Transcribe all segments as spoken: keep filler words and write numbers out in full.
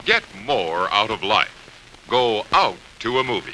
Get more out of life. Go out to a movie.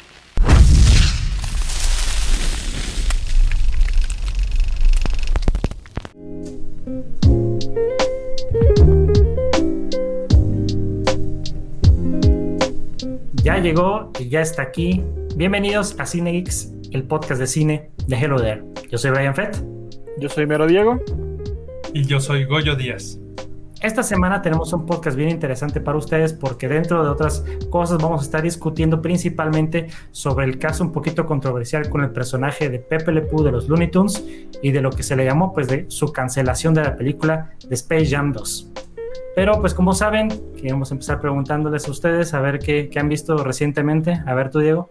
Ya llegó y ya está aquí. Bienvenidos a Cine Geeks, el podcast de cine de Hello There. Yo soy Brian Fett. Yo soy Mero Diego. Y yo soy Goyo Díaz. Esta semana tenemos un podcast bien interesante para ustedes porque dentro de otras cosas vamos a estar discutiendo principalmente sobre el caso un poquito controversial con el personaje de Pepe Le Pew de los Looney Tunes y de lo que se le llamó pues de su cancelación de la película de Space Jam dos. Pero pues como saben, queremos empezar preguntándoles a ustedes a ver qué, qué han visto recientemente. A ver tú, Diego.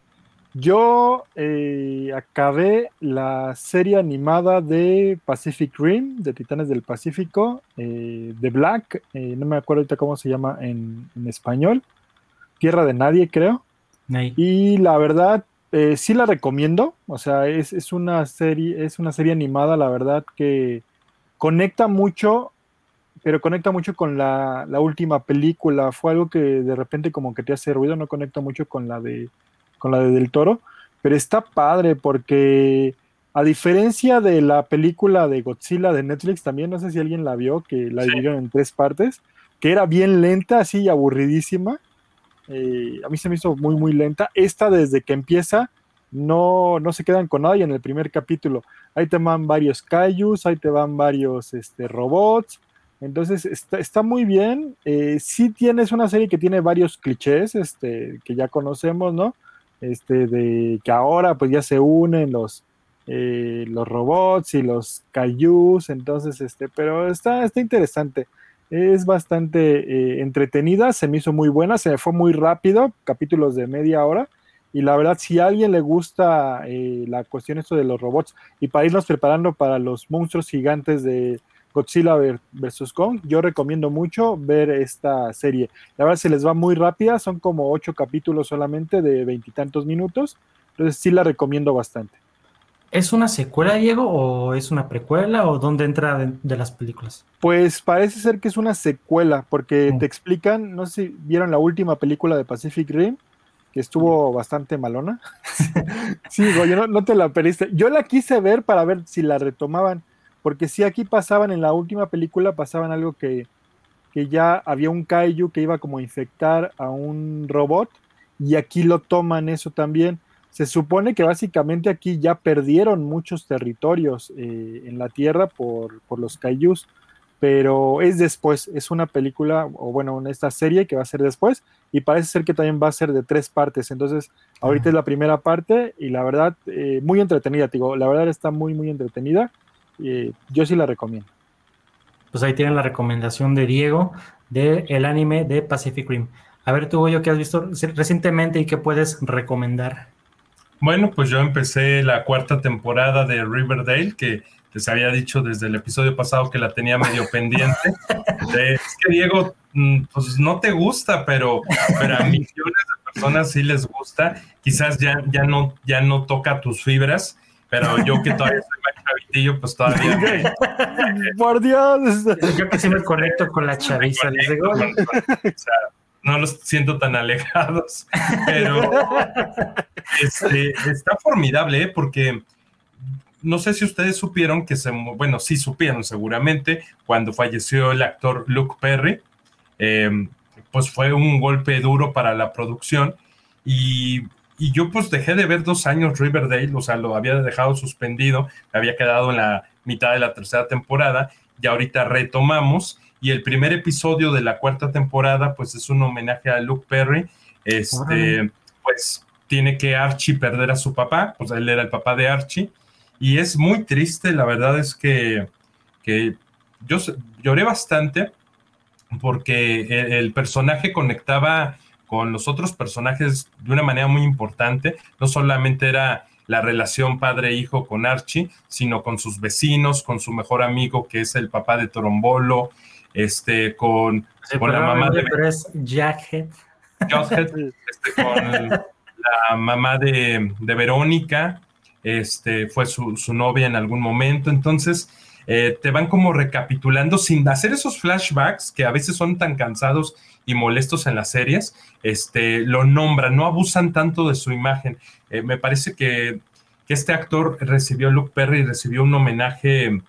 Yo eh, acabé la serie animada de Pacific Rim, de Titanes del Pacífico, eh, de Black, eh, no me acuerdo ahorita cómo se llama en, en español, Tierra de Nadie, creo. Ahí. Y la verdad, eh, sí la recomiendo, o sea, es, es, una serie, es una serie animada, la verdad, que conecta mucho, pero conecta mucho con la, la última película. Fue algo que de repente como que te hace ruido, no conecta mucho con la de con la de Del Toro, pero está padre porque a diferencia de la película de Godzilla de Netflix, también no sé si alguien la vio, que la sí. dividieron en tres partes, que era bien lenta, así aburridísima. Eh, a mí se me hizo muy muy lenta. Esta desde que empieza no, no se quedan con nada, y en el primer capítulo ahí te van varios kaijus, ahí te van varios este, robots. Entonces está, está muy bien. Eh, sí tienes una serie que tiene varios clichés este, que ya conocemos, ¿no? Este, de que ahora pues ya se unen los, eh, los robots y los kaijus, entonces, este, pero está, está interesante, es bastante eh, entretenida, se me hizo muy buena, se me fue muy rápido, capítulos de media hora, y la verdad, si a alguien le gusta eh, la cuestión esto de los robots, y para irnos preparando para los monstruos gigantes de Godzilla versus Kong, yo recomiendo mucho ver esta serie. La verdad se les va muy rápida, son como ocho capítulos solamente de veintitantos minutos, entonces sí la recomiendo bastante. ¿Es una secuela, Diego, o es una precuela, o dónde entra de, de las películas? Pues parece ser que es una secuela, porque mm. te explican, no sé si vieron la última película de Pacific Rim, que estuvo bastante malona. Sí, Goyo, no, no te la perdiste. Yo la quise ver para ver si la retomaban, porque sí aquí pasaban, en la última película pasaban algo que, que ya había un kaiju que iba como a infectar a un robot, y aquí lo toman eso también. Se supone que básicamente aquí ya perdieron muchos territorios eh, en la Tierra por, por los kaijus, pero es después, es una película, o bueno, esta serie que va a ser después, y parece ser que también va a ser de tres partes. Entonces ahorita uh-huh. es la primera parte, y la verdad, eh, muy entretenida, te digo, la verdad está muy muy entretenida. Eh, yo sí la recomiendo. Pues ahí tienen la recomendación de Diego del anime de Pacific Rim. A ver, tú, Goyo, ¿qué has visto recientemente y qué puedes recomendar? Bueno, pues yo empecé la cuarta temporada de Riverdale, que les había dicho desde el episodio pasado que la tenía medio pendiente. De, es que, Diego, pues no te gusta, pero, pero a millones de personas sí les gusta. Quizás ya, ya, no, ya no toca tus fibras, pero yo que todavía soy más chavitillo, pues todavía me... ¡Por Dios! Yo que sí me conecto con la chaviza. Con, con, con, o sea, no los siento tan alejados, pero este, está formidable, ¿eh? Porque no sé si ustedes supieron que se... Bueno, sí supieron seguramente, cuando falleció el actor Luke Perry, eh, pues fue un golpe duro para la producción, y... Y yo pues dejé de ver dos años Riverdale, o sea, lo había dejado suspendido, me había quedado en la mitad de la tercera temporada, y ahorita retomamos, y el primer episodio de la cuarta temporada pues es un homenaje a Luke Perry. Este, uh-huh. Pues tiene que Archie perder a su papá, pues él era el papá de Archie, y es muy triste, la verdad es que, que yo lloré bastante, porque el, el personaje conectaba con los otros personajes de una manera muy importante. No solamente era la relación padre-hijo con Archie, sino con sus vecinos, con su mejor amigo, que es el papá de Torombolo, este, con, sí, con la mamá de... Pero es Jughead. Jughead, este, con la mamá de, de Verónica, este, fue su, su novia en algún momento. Entonces, eh, te van como recapitulando sin hacer esos flashbacks que a veces son tan cansados y molestos en las series, este, lo nombran, no abusan tanto de su imagen. Eh, me parece que, que este actor recibió, Luke Perry, recibió un homenaje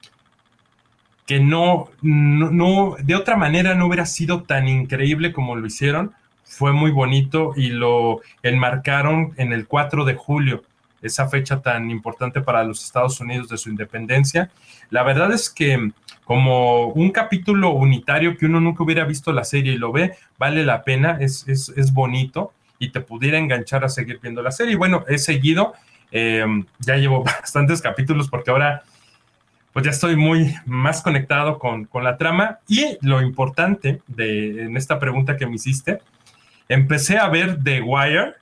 que no, no, no, de otra manera no hubiera sido tan increíble como lo hicieron. Fue muy bonito y lo enmarcaron en el cuatro de julio, esa fecha tan importante para los Estados Unidos de su independencia. La verdad es que como un capítulo unitario que uno nunca hubiera visto la serie y lo ve, vale la pena, es, es, es bonito y te pudiera enganchar a seguir viendo la serie. Y bueno, he seguido, eh, ya llevo bastantes capítulos porque ahora pues ya estoy muy más conectado con, con la trama. Y lo importante de en esta pregunta que me hiciste, empecé a ver The Wire.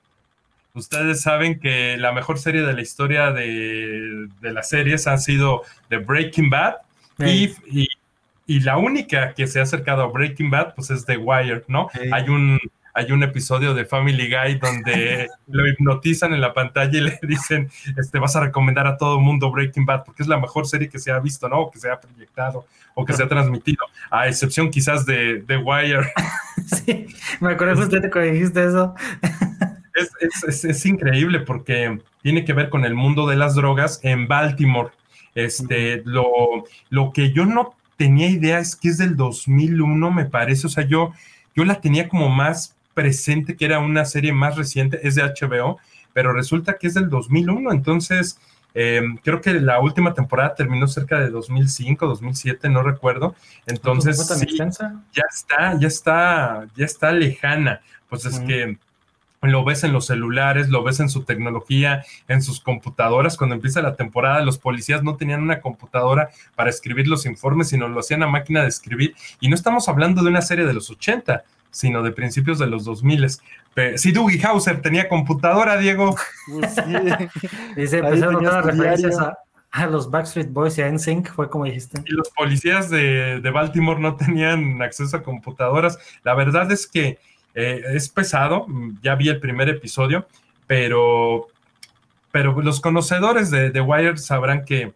Ustedes saben que la mejor serie de la historia de, de las series ha sido The Breaking Bad, sí. y, y, y la única que se ha acercado a Breaking Bad pues es The Wire, ¿no? Sí. Hay un, hay un episodio de Family Guy donde lo hipnotizan en la pantalla y le dicen, este, vas a recomendar a todo el mundo Breaking Bad porque es la mejor serie que se ha visto, ¿no? O que se ha proyectado o que se ha transmitido, a excepción quizás de The Wire. Sí, me acuerdo justo de cuando dijiste eso. Es, es, es, es increíble porque tiene que ver con el mundo de las drogas en Baltimore. Este, uh-huh. lo, lo que yo no tenía idea es que es del dos mil uno, me parece. O sea, yo, yo la tenía como más presente, que era una serie más reciente, es de H B O, pero resulta que es del dos mil uno. Entonces, eh, creo que la última temporada terminó cerca de dos mil cinco, dos mil siete, no recuerdo. Entonces, ¿no fue tan sí, extensa? ya está, ya está, ya está lejana. Pues es uh-huh. que lo ves en los celulares, lo ves en su tecnología, en sus computadoras. Cuando empieza la temporada, los policías no tenían una computadora para escribir los informes, sino lo hacían a máquina de escribir. Y no estamos hablando de una serie de los ochenta, sino de principios de los dos mil. Si Doogie Howser tenía computadora, Diego. Pues sí. Dice, empezaron a notar las referencias a, a los Backstreet Boys y a N Sync, fue como dijiste. Y los policías de, de Baltimore no tenían acceso a computadoras. La verdad es que Eh, es pesado, ya vi el primer episodio, pero, pero los conocedores de The Wire sabrán que,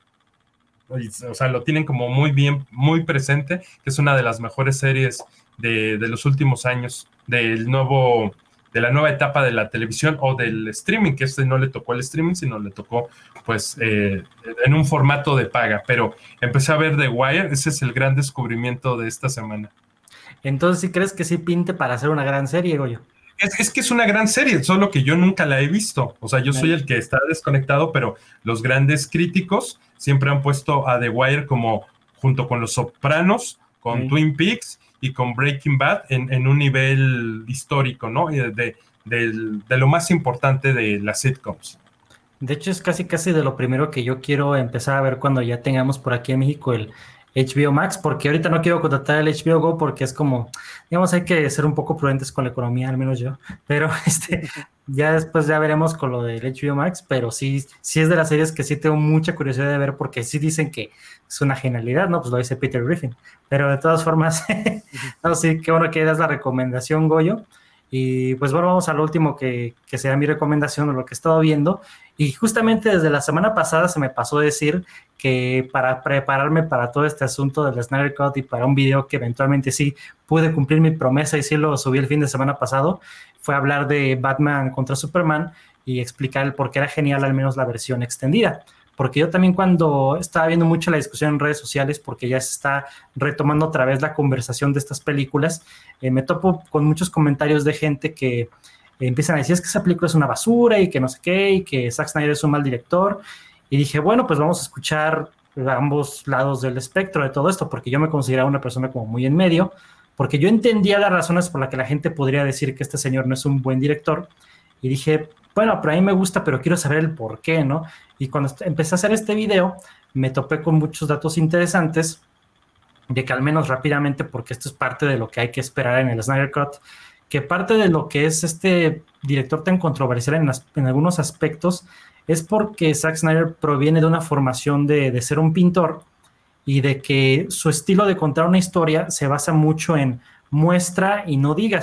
o sea, lo tienen como muy bien, muy presente, que es una de las mejores series de, de los últimos años, del nuevo, de la nueva etapa de la televisión o del streaming, que este no le tocó el streaming, sino le tocó pues eh, en un formato de paga, pero empecé a ver The Wire, ese es el gran descubrimiento de esta semana. Entonces, ¿sí crees que sí pinte para hacer una gran serie, Goyo? Es, es que es una gran serie, solo que yo nunca la he visto. O sea, yo soy el que está desconectado, pero los grandes críticos siempre han puesto a The Wire como, junto con Los Sopranos, con sí. Twin Peaks y con Breaking Bad, en, en un nivel histórico, ¿no? De, de, de, de lo más importante de las sitcoms. De hecho, es casi casi de lo primero que yo quiero empezar a ver cuando ya tengamos por aquí en México el H B O Max, porque ahorita no quiero contratar el H B O Go porque es como, digamos, hay que ser un poco prudentes con la economía, al menos yo, pero este, ya después ya veremos con lo del H B O Max, pero sí, sí es de las series que sí tengo mucha curiosidad de ver porque sí dicen que es una genialidad, ¿no? Pues lo dice Peter Griffin, pero de todas formas, no, sí, qué bueno que das la recomendación, Goyo. Y pues bueno, vamos al último que, que sea mi recomendación de lo que he estado viendo. Y justamente desde la semana pasada se me pasó decir que para prepararme para todo este asunto del Snyder Cut y para un video que eventualmente sí pude cumplir mi promesa y sí lo subí el fin de semana pasado, fue hablar de Batman contra Superman y explicar el por qué era genial al menos la versión extendida. Porque yo también cuando estaba viendo mucho la discusión en redes sociales, porque ya se está retomando otra vez la conversación de estas películas, eh, me topo con muchos comentarios de gente que eh, empiezan a decir es que esa película es una basura y que no sé qué, y que Zack Snyder es un mal director. Y dije, bueno, pues vamos a escuchar ambos lados del espectro de todo esto, porque yo me consideraba una persona como muy en medio, porque yo entendía las razones por las que la gente podría decir que este señor no es un buen director, y dije, bueno, pero a mí me gusta, pero quiero saber el por qué, ¿no? Y cuando empecé a hacer este video, me topé con muchos datos interesantes, de que al menos rápidamente, porque esto es parte de lo que hay que esperar en el Snyder Cut, que parte de lo que es este director tan controversial en, las, en algunos aspectos es porque Zack Snyder proviene de una formación de, de ser un pintor y de que su estilo de contar una historia se basa mucho en muestra y no digas.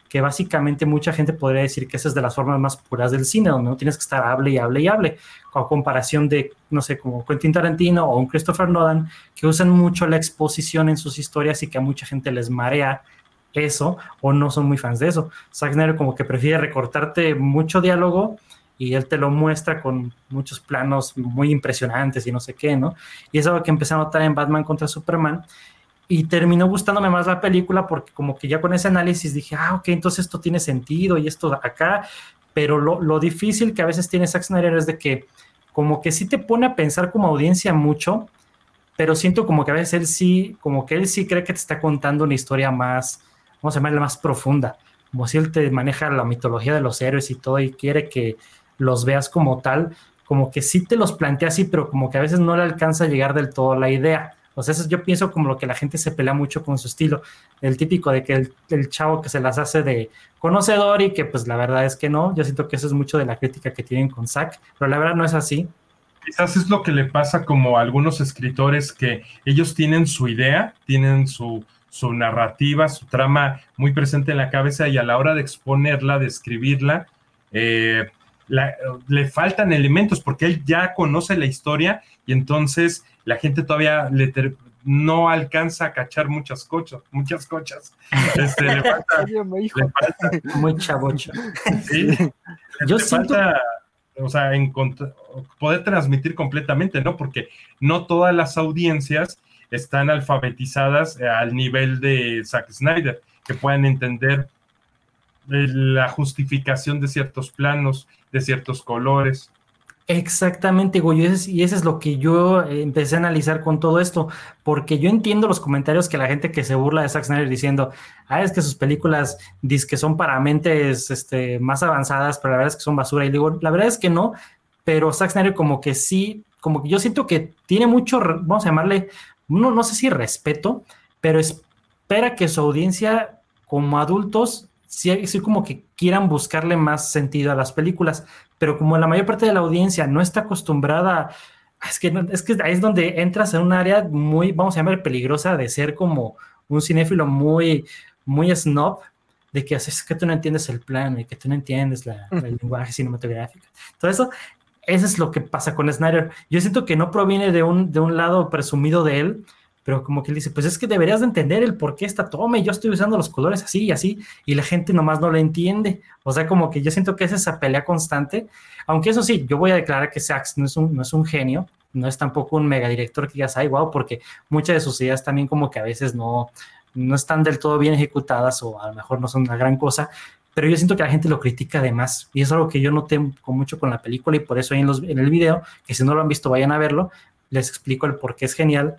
que básicamente mucha gente podría decir que esa es de las formas más puras del cine, donde no tienes que estar hable y hable y hable, a comparación de, no sé, como Quentin Tarantino o un Christopher Nolan, que usan mucho la exposición en sus historias y que a mucha gente les marea eso, o no son muy fans de eso. Zack Snyder como que prefiere recortarte mucho diálogo y él te lo muestra con muchos planos muy impresionantes y no sé qué, ¿no? Y es algo que empecé a notar en Batman contra Superman, y terminó gustándome más la película porque como que ya con ese análisis dije, ah, ok, entonces esto tiene sentido y esto acá, pero lo, lo difícil que a veces tiene Zack Snyder es de que como que sí te pone a pensar como audiencia mucho, pero siento como que a veces él sí, como que él sí cree que te está contando una historia más, vamos a llamarla más profunda, como si él te maneja la mitología de los héroes y todo y quiere que los veas como tal, como que sí te los plantea así, pero como que a veces no le alcanza a llegar del todo a la idea. O sea, eso yo pienso como lo que la gente se pelea mucho con su estilo, el típico de que el, el chavo que se las hace de conocedor y que pues la verdad es que no. Yo siento que eso es mucho de la crítica que tienen con Zack, pero la verdad no es así. Quizás es lo que le pasa como a algunos escritores, que ellos tienen su idea, tienen su, su narrativa, su trama muy presente en la cabeza, y a la hora de exponerla, de escribirla, eh, la, le faltan elementos porque él ya conoce la historia y entonces la gente todavía le ter- no alcanza a cachar muchas cochas, muchas cochas. Este, le falta, le falta muy chavocho. Sí, Yo le siento... falta, o sea, encont- poder transmitir completamente, ¿no? Porque no todas las audiencias están alfabetizadas al nivel de Zack Snyder, que puedan entender la justificación de ciertos planos, de ciertos colores. Exactamente, Goyo, y ese, y ese es lo que yo empecé a analizar con todo esto, porque yo entiendo los comentarios que la gente que se burla de Zack Snyder diciendo, ah, es que sus películas dizque son para mentes este, más avanzadas, pero la verdad es que son basura, y digo, la verdad es que no, pero Zack Snyder como que sí, como que yo siento que tiene mucho, vamos a llamarle, no, no sé si respeto, pero espera que su audiencia como adultos sí, sí como que quieran buscarle más sentido a las películas, pero como la mayor parte de la audiencia no está acostumbrada, es que, es que ahí es donde entras en un área muy, vamos a llamar peligrosa, de ser como un cinéfilo muy, muy snob, de que es que tú no entiendes el plano y que tú no entiendes la, el lenguaje cinematográfico. Todo eso, eso es lo que pasa con Snyder. Yo siento que no proviene de un, de un lado presumido de él, pero como que él dice, pues es que deberías de entender el por qué esta toma y yo estoy usando los colores así y así, y la gente nomás no lo entiende. O sea, como que yo siento que es esa pelea constante, aunque eso sí, yo voy a declarar que Zack no es un, no es un genio, no es tampoco un megadirector que digas, ay, wow, porque muchas de sus ideas también como que a veces no, no están del todo bien ejecutadas o a lo mejor no son una gran cosa, pero yo siento que la gente lo critica de más, y es algo que yo noté con mucho con la película, y por eso ahí en, los, en el video, que si no lo han visto vayan a verlo, les explico el por qué es genial.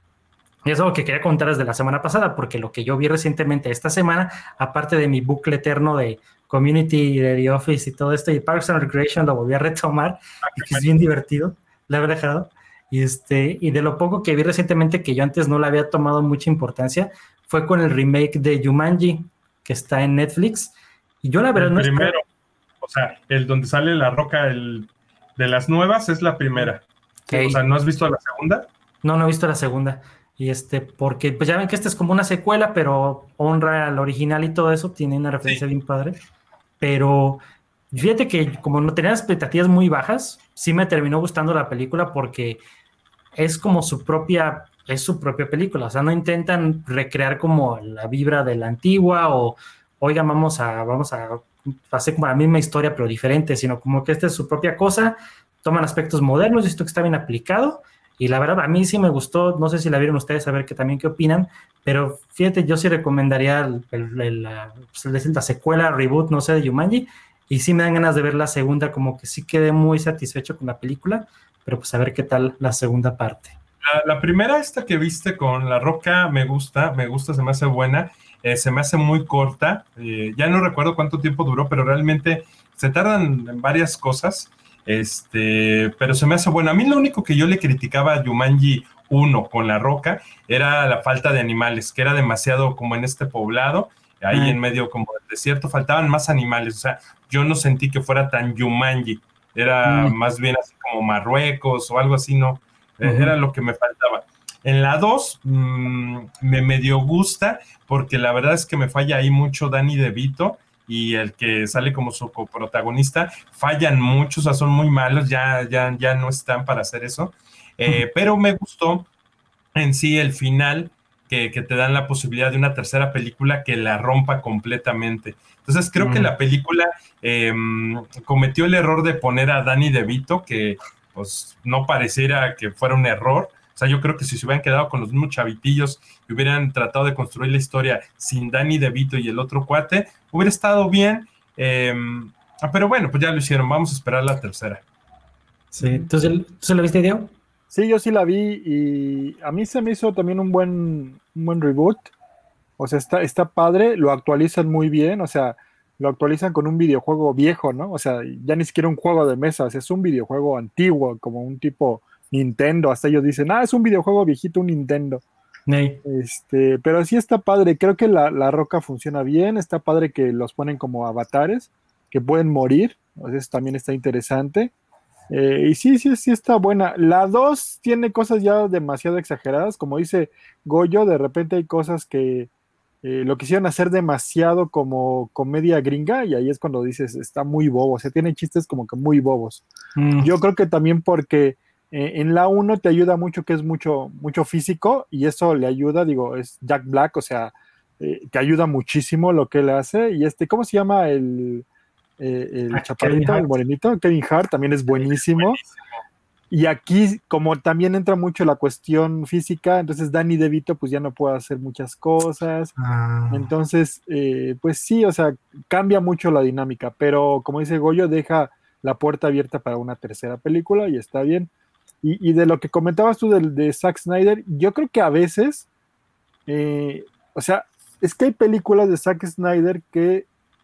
Y es algo que quería contar desde la semana pasada, porque lo que yo vi recientemente esta semana, aparte de mi bucle eterno de Community, de The Office y todo esto, y Parks and Recreation lo volví a retomar, y que es bien divertido, la habré dejado. Y, este, y de lo poco que vi recientemente, que yo antes no le había tomado mucha importancia, fue con el remake de Jumanji, que está en Netflix. Y yo la verdad el no primero, estaba... o sea, el donde sale La Roca, el de las nuevas, es la primera. Okay. O sea, ¿no has visto la segunda? No, no he visto la segunda. Y este, porque pues ya ven que esta es como una secuela, pero honra al original y todo eso, tiene una referencia sí. bien padre. Pero fíjate que como no tenía expectativas muy bajas, sí me terminó gustando la película porque es como su propia, es su propia película. O sea, no intentan recrear como la vibra de la antigua o, oigan, vamos a, vamos a hacer como la misma historia pero diferente, sino como que esta es su propia cosa, toman aspectos modernos y esto que está bien aplicado. Y la verdad, a mí sí me gustó, no sé si la vieron ustedes, a ver qué también qué opinan, pero fíjate, yo sí recomendaría el, el, el, la, la secuela, reboot, no sé, de Jumanji, y sí me dan ganas de ver la segunda, como que sí quedé muy satisfecho con la película, pero pues a ver qué tal la segunda parte. La, la primera, esta que viste con La Roca, me gusta, me gusta, se me hace buena, eh, se me hace muy corta, eh, ya no recuerdo cuánto tiempo duró, pero realmente se tardan en varias cosas. Este, pero se me hace bueno. A mí lo único que yo le criticaba a Jumanji uno con La Roca era la falta de animales, que era demasiado como en este poblado, ahí mm. en medio como del desierto, faltaban más animales. O sea, yo no sentí que fuera tan Jumanji, era mm. más bien así como Marruecos o algo así, no, uh-huh. era lo que me faltaba. En la dos mmm, me medio gusta, porque la verdad es que me falla ahí mucho Danny DeVito, y el que sale como su coprotagonista, fallan mucho, o sea, son muy malos, ya, ya, ya no están para hacer eso. Eh, pero me gustó en sí el final, que, que te dan la posibilidad de una tercera película que la rompa completamente. Entonces creo mm. que la película eh, cometió el error de poner a Danny DeVito, que pues no pareciera que fuera un error. O sea, yo creo que si se hubieran quedado con los mismos chavitillos y hubieran tratado de construir la historia sin Danny DeVito y el otro cuate, hubiera estado bien. Eh, pero bueno, pues ya lo hicieron. Vamos a esperar la tercera. Sí, ¿tú se, ¿tú se la viste, Diego? Sí, yo sí la vi y a mí se me hizo también un buen, un buen reboot. O sea, está, está padre, lo actualizan muy bien, o sea, lo actualizan con un videojuego viejo, ¿no? O sea, ya ni siquiera un juego de mesas, es un videojuego antiguo, como un tipo Nintendo, hasta ellos dicen, ah, es un videojuego viejito, un Nintendo. Sí. Este, pero sí está padre, creo que la, la roca funciona bien, está padre que los ponen como avatares, que pueden morir, o sea, eso también está interesante. Eh, y sí, sí, sí está buena. La dos tiene cosas ya demasiado exageradas, como dice Goyo, de repente hay cosas que eh, lo quisieron hacer demasiado como comedia gringa y ahí es cuando dices, está muy bobo, o sea, tiene chistes como que muy bobos. Mm. Yo creo que también porque eh, en la uno te ayuda mucho que es mucho, mucho físico y eso le ayuda, digo, es Jack Black, o sea, eh, te ayuda muchísimo lo que él hace y este, ¿cómo se llama el... Eh, el ah, chaparrito, el morenito, Kevin Hart, también es buenísimo. buenísimo. Y aquí, como también entra mucho la cuestión física, entonces Danny DeVito pues ya no puede hacer muchas cosas. Ah. Entonces, eh, pues sí, o sea, cambia mucho la dinámica, pero como dice Goyo, deja la puerta abierta para una tercera película y está bien. Y, y de lo que comentabas tú de, de Zack Snyder, yo creo que a veces, eh, o sea, es que hay películas de Zack Snyder que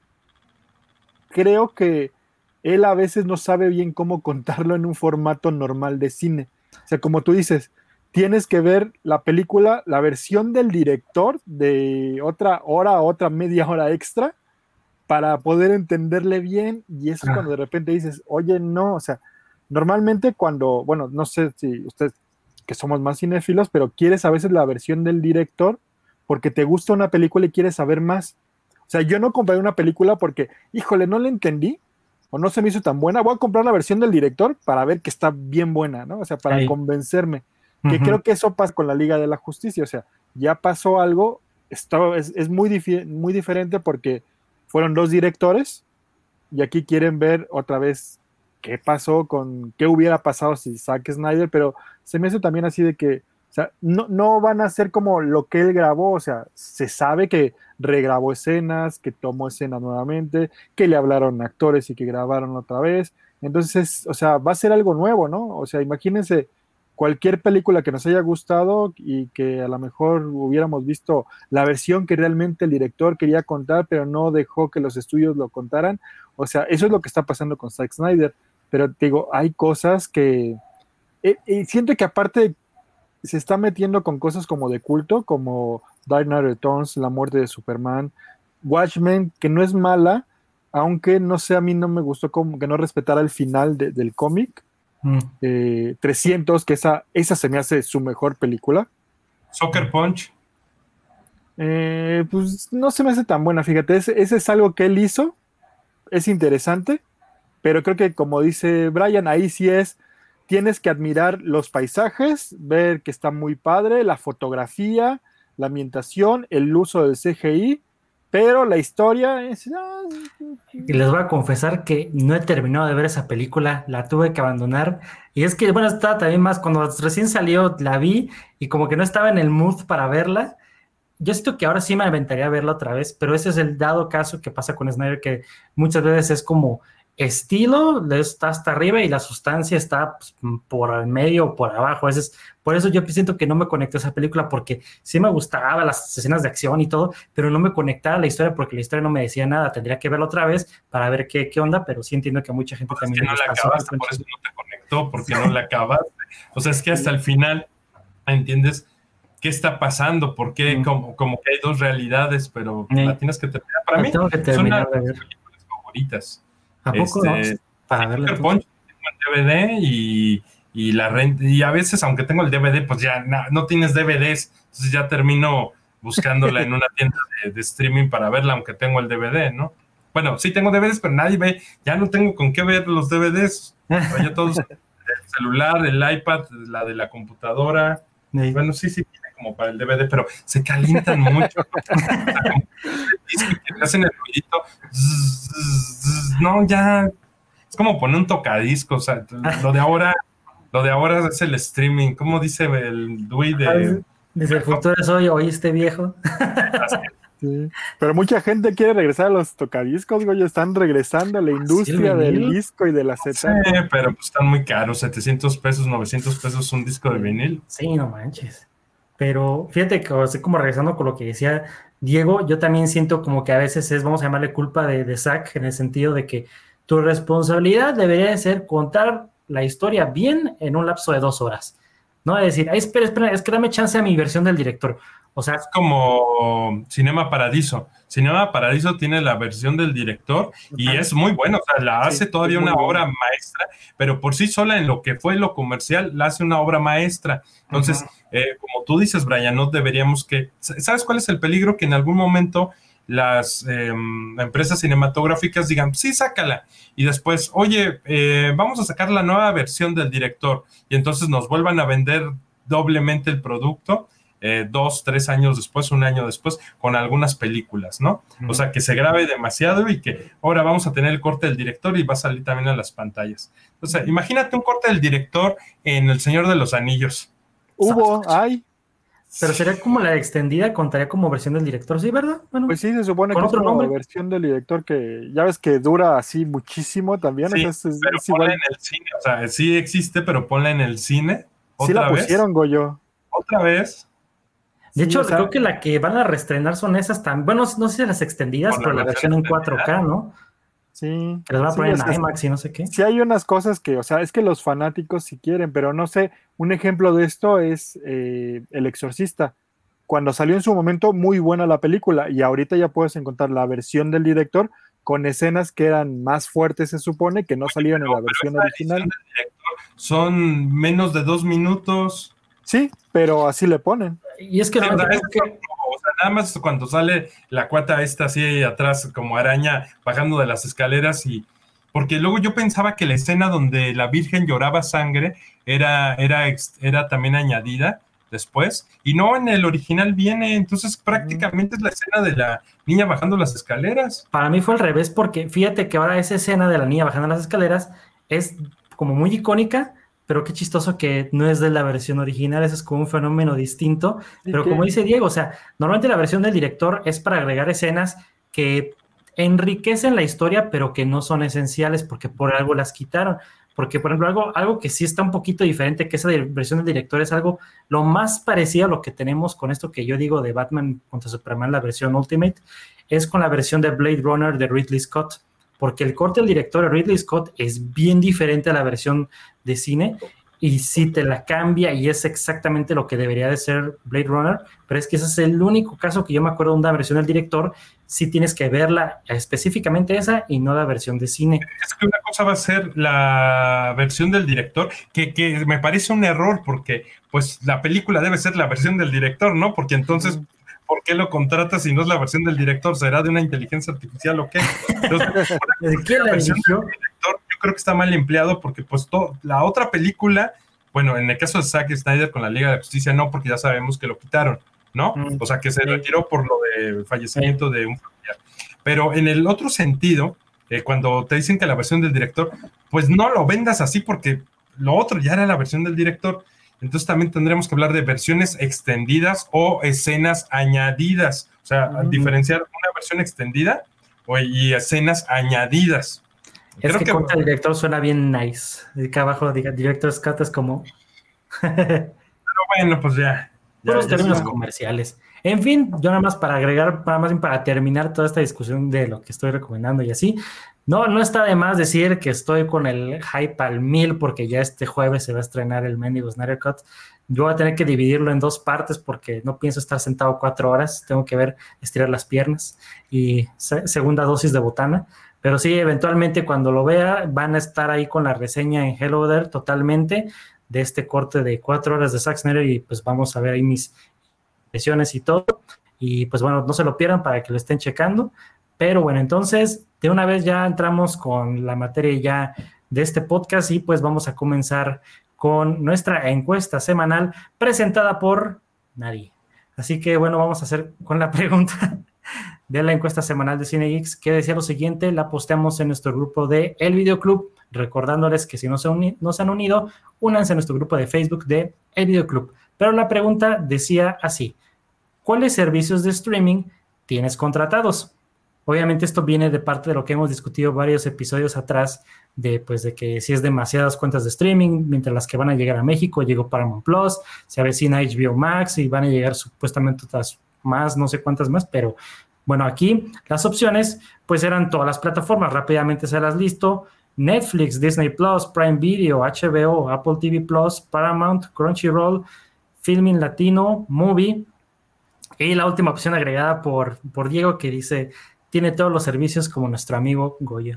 creo que él a veces no sabe bien cómo contarlo en un formato normal de cine. O sea, como tú dices, tienes que ver la película, la versión del director de otra hora, otra media hora extra, para poder entenderle bien, y eso ah. es cuando de repente dices, oye, no, o sea, normalmente cuando, bueno, no sé si ustedes que somos más cinéfilos, pero quieres a veces la versión del director porque te gusta una película y quieres saber más. O sea, yo no compré una película porque, híjole, no la entendí o no se me hizo tan buena. Voy a comprar la versión del director para ver que está bien buena, ¿no? O sea, para sí. convencerme. Uh-huh. Que creo que eso pasa con la Liga de la Justicia. O sea, ya pasó algo, esto es, es muy, dif- muy diferente porque fueron dos directores y aquí quieren ver otra vez qué pasó con, qué hubiera pasado si Zack Snyder, pero se me hace también así de que, o sea, no, no van a ser como lo que él grabó, o sea, se sabe que regrabó escenas, que tomó escenas nuevamente, que le hablaron actores y que grabaron otra vez. Entonces, o sea, va a ser algo nuevo, ¿no? O sea, imagínense cualquier película que nos haya gustado y que a lo mejor hubiéramos visto la versión que realmente el director quería contar, pero no dejó que los estudios lo contaran. O sea, eso es lo que está pasando con Zack Snyder. Pero te digo, hay cosas que... Eh, eh, siento que aparte se está metiendo con cosas como de culto, como Dark Knight Returns, La muerte de Superman, Watchmen, que no es mala, aunque no sé, a mí no me gustó como que no respetara el final de, del cómic. Mm. Eh, trescientos, que esa, esa se me hace su mejor película. Sucker Punch. Eh, pues no se me hace tan buena, fíjate, ese, ese es algo que él hizo, es interesante, pero creo que como dice Brian, ahí sí es, tienes que admirar los paisajes, ver que está muy padre, la fotografía, la ambientación, el uso del C G I, pero la historia es... Y les voy a confesar que no he terminado de ver esa película, la tuve que abandonar, y es que, bueno, estaba también más, cuando recién salió la vi, y como que no estaba en el mood para verla. Yo siento que ahora sí me aventaría a verla otra vez, pero ese es el dado caso que pasa con Snyder, que muchas veces es como estilo, está hasta arriba y la sustancia está pues, por el medio o por abajo. Es, por eso yo siento que no me conecté a esa película, porque sí me gustaba las escenas de acción y todo, pero no me conectaba a la historia porque la historia no me decía nada. Tendría que verla otra vez para ver qué, qué onda, pero sí entiendo que a mucha gente pues también es que no la acabaste, por eso no te conectó, porque no la acabaste. O sea, es que hasta el final, ¿entiendes? ¿Qué está pasando? ¿Por qué? Mm. Como, como que hay dos realidades, pero mm. la tienes que terminar. Para la mí, tengo que terminar son una de mis películas favoritas. ¿A poco este, no? Para sí, Punch, en D V D y, y la renta, y a veces, aunque tengo el D V D, pues ya na, no tienes D V Ds, entonces ya termino buscándola en una tienda de, de streaming para verla, aunque tengo el D V D, ¿no? Bueno, sí tengo D V Ds, pero nadie ve, ya no tengo con qué ver los D V Ds, ya todos, el celular, el iPad, la de la computadora, sí. Bueno, sí, sí, tiene como para el D V D, pero se calientan mucho, que hacen el ruidito, zzz, zzz, zzz, no, ya, es como poner un tocadisco, o sea, lo de ahora, lo de ahora es el streaming, ¿cómo dice el Dewey de... Desde el futuro es hoy, oíste viejo. Sí. Pero mucha gente quiere regresar a los tocadiscos, güey, están regresando a la industria sí, del disco y de la acetato. Sí, pero pues están muy caros, setecientos pesos, novecientos pesos un disco de vinil. Sí, no manches. Pero fíjate que así como regresando con lo que decía Diego, yo también siento como que a veces es, vamos a llamarle culpa de, de Zack, en el sentido de que tu responsabilidad debería de ser contar la historia bien en un lapso de dos horas. No es decir, ay, espera, espera, es que dame chance a mi versión del director. O sea, es como Cinema Paradiso. Cinema Paradiso tiene la versión del director y uh-huh. es muy bueno, o sea, la hace sí, todavía una bueno. obra maestra, pero por sí sola en lo que fue lo comercial, la hace una obra maestra. Entonces, uh-huh. eh, como tú dices, Brian, no deberíamos que... ¿Sabes cuál es el peligro? Que en algún momento las eh, empresas cinematográficas digan, sí, sácala, y después, oye, eh, vamos a sacar la nueva versión del director, y entonces nos vuelvan a vender doblemente el producto, eh, dos, tres años después, un año después, con algunas películas, ¿no? Uh-huh. O sea, que se grabe demasiado y que ahora vamos a tener el corte del director y va a salir también en las pantallas. O sea, imagínate un corte del director en El Señor de los Anillos. Hubo, hay. Pero sería como la extendida, contaría como versión del director, ¿sí, verdad? Bueno, pues sí, se supone que es como nombre? versión del director que ya ves que dura así muchísimo también. Sí, o sea, es, pero es ponla igual. en el cine, o sea, sí existe, pero ponla en el cine. ¿Otra sí la vez? pusieron, Goyo. ¿Otra vez? De Sí, hecho, o sea, creo que la que van a reestrenar son esas también. Bueno, no sé si las extendidas, pero la versión en cuatro K, ¿no? Sí. Que las van a sí, poner es en IMAX y no sé qué. Sí hay unas cosas que, o sea, es que los fanáticos si quieren, pero no sé, un ejemplo de esto es eh, El Exorcista. Cuando salió en su momento, muy buena la película, y ahorita ya puedes encontrar la versión del director con escenas que eran más fuertes, se supone, que no Oye, salieron pero, en la versión original. Del director son menos de dos minutos. Sí, pero así le ponen. Y es que, sí, no, o sea, creo es que... o sea, nada más cuando sale la cuata esta así atrás, como araña, bajando de las escaleras, y porque luego yo pensaba que la escena donde la Virgen lloraba sangre era, era, era también añadida después, y no, en el original viene, entonces prácticamente es la escena de la niña bajando las escaleras. Para mí fue al revés, porque fíjate que ahora esa escena de la niña bajando las escaleras es como muy icónica, pero qué chistoso que no es de la versión original, eso es como un fenómeno distinto, pero como dice Diego, o sea, normalmente la versión del director es para agregar escenas que enriquecen la historia, pero que no son esenciales porque por algo las quitaron. Porque, por ejemplo, algo, algo que sí está un poquito diferente que esa versión del director es algo lo más parecido a lo que tenemos con esto que yo digo de Batman contra Superman, la versión Ultimate, es con la versión de Blade Runner de Ridley Scott, porque el corte del director de Ridley Scott es bien diferente a la versión de cine y sí te la cambia y es exactamente lo que debería de ser Blade Runner, pero es que ese es el único caso que yo me acuerdo de una versión del director, sí tienes que verla específicamente esa y no la versión de cine. Es que una cosa va a ser la versión del director, que, que me parece un error, porque pues la película debe ser la versión del director, ¿no? Porque entonces, ¿por qué lo contratas si no es la versión del director? ¿Será de una inteligencia artificial o qué? Entonces, ¿de qué la versión del director, yo creo que está mal empleado, porque pues to, la otra película, bueno, en el caso de Zack Snyder con la Liga de la Justicia no, porque ya sabemos que lo quitaron, ¿no? Mm, o sea, que se sí. retiró por lo de fallecimiento sí. de un familiar. Pero en el otro sentido, eh, cuando te dicen que la versión del director, pues no lo vendas así porque lo otro ya era la versión del director. Entonces también tendremos que hablar de versiones extendidas o escenas añadidas. O sea, mm. diferenciar una versión extendida o, y escenas añadidas. Es Creo que, que contra el director suena bien nice. Acá abajo diga Director Scott es como... Pero bueno, pues ya. ya los términos ya comerciales. En fin, yo nada más para agregar, nada más para terminar toda esta discusión de lo que estoy recomendando y así, no, no está de más decir que estoy con el hype al mil porque ya este jueves se va a estrenar el mendigo Snyder Cut. Yo voy a tener que dividirlo en dos partes porque no pienso estar sentado cuatro horas, tengo que ver, estirar las piernas y se, segunda dosis de botana. Pero sí, eventualmente cuando lo vea van a estar ahí con la reseña en Hello There totalmente. de este corte de cuatro horas de Zack Snyder y pues vamos a ver ahí mis impresiones y todo. Y pues bueno, no se lo pierdan para que lo estén checando. Pero bueno, entonces de una vez ya entramos con la materia ya de este podcast y pues vamos a comenzar con nuestra encuesta semanal presentada por nadie. Así que bueno, vamos a hacer con la pregunta de la encuesta semanal de Cine Geeks, que decía lo siguiente. La posteamos en nuestro grupo de El Video Club, recordándoles que si no se, uni- no se han unido, únanse a nuestro grupo de Facebook de El Video Club. Pero la pregunta decía así: ¿cuáles servicios de streaming tienes contratados? Obviamente esto viene de parte de lo que hemos discutido varios episodios atrás, de pues de que si es demasiadas cuentas de streaming, mientras las que van a llegar a México, llegó Paramount Plus, se avecina H B O Max y van a llegar supuestamente otras más, no sé cuántas más, pero bueno, aquí las opciones pues eran todas las plataformas, rápidamente se las listo: Netflix, Disney Plus, Prime Video, H B O, Apple T V Plus, Paramount, Crunchyroll, Filmin Latino, Movie, y la última opción agregada por, por Diego, que dice: tiene todos los servicios como nuestro amigo Goyo.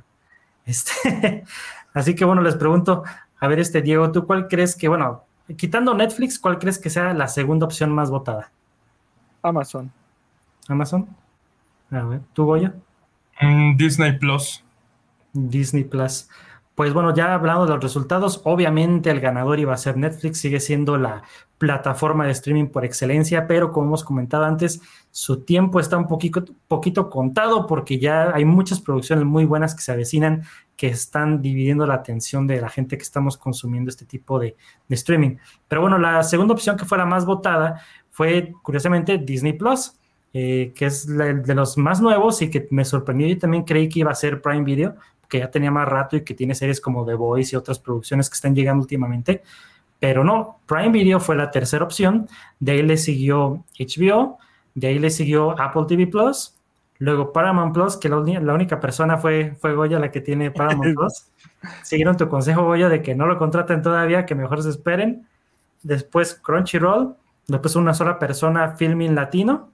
Este, así que bueno, les pregunto, a ver, este Diego, ¿tú cuál crees que, bueno, quitando Netflix, cuál crees que sea la segunda opción más votada? Amazon. ¿Amazon? A ver, ¿tú, Goyo? Mm, Disney Plus. Disney Plus. Pues bueno, ya hablando de los resultados, obviamente el ganador iba a ser Netflix, sigue siendo la plataforma de streaming por excelencia, pero como hemos comentado antes, su tiempo está un poquito, poquito contado porque ya hay muchas producciones muy buenas que se avecinan, que están dividiendo la atención de la gente que estamos consumiendo este tipo de, de streaming. Pero bueno, la segunda opción que fue la más votada fue, curiosamente, Disney Plus, eh, que es la, de los más nuevos y que me sorprendió. Yo también creí que iba a ser Prime Video, que ya tenía más rato y que tiene series como The Voice y otras producciones que están llegando últimamente, pero no, Prime Video fue la tercera opción, de ahí le siguió H B O, de ahí le siguió Apple T V Plus, luego Paramount Plus, que la, la única persona fue, fue Goya la que tiene Paramount Plus. Siguieron tu consejo, Goya, de que no lo contraten todavía, que mejor se esperen. Después Crunchyroll, después una sola persona, Filmin Latino,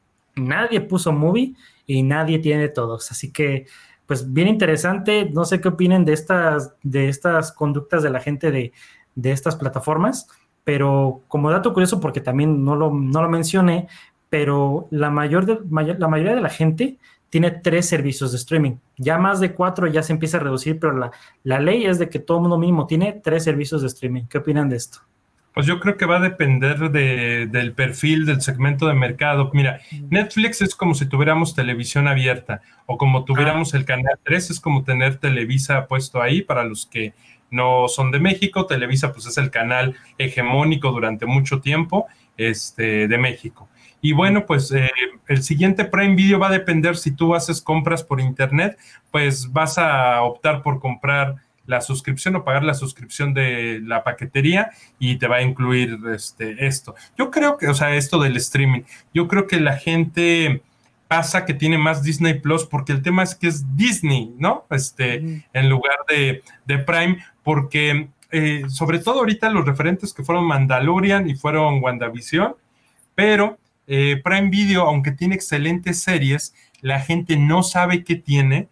nadie puso Movie y nadie tiene todos, así que pues bien interesante. No sé qué opinen de estas, de estas conductas de la gente de, de estas plataformas, pero como dato curioso, porque también no lo, no lo mencioné, pero la, mayor de, mayor, la mayoría de la gente tiene tres servicios de streaming. Ya más de cuatro ya se empieza a reducir, pero la, la ley es de que todo el mundo mínimo tiene tres servicios de streaming. ¿Qué opinan de esto? Pues yo creo que va a depender de, del perfil, del segmento de mercado. Mira, Netflix es como si tuviéramos televisión abierta, o como tuviéramos el Canal tres, es como tener Televisa puesto ahí. Para los que no son de México, Televisa pues es el canal hegemónico durante mucho tiempo este, de México. Y bueno, pues eh, el siguiente Prime Video va a depender. Si tú haces compras por internet, pues vas a optar por comprar la suscripción o pagar la suscripción de la paquetería y te va a incluir este, esto. Yo creo que, o sea, esto del streaming, yo creo que la gente pasa que tiene más Disney Plus porque el tema es que es Disney, ¿no? Este, mm. en lugar de, de Prime, porque eh, sobre todo ahorita los referentes que fueron Mandalorian y fueron WandaVision, pero eh, Prime Video, aunque tiene excelentes series, la gente no sabe qué tiene.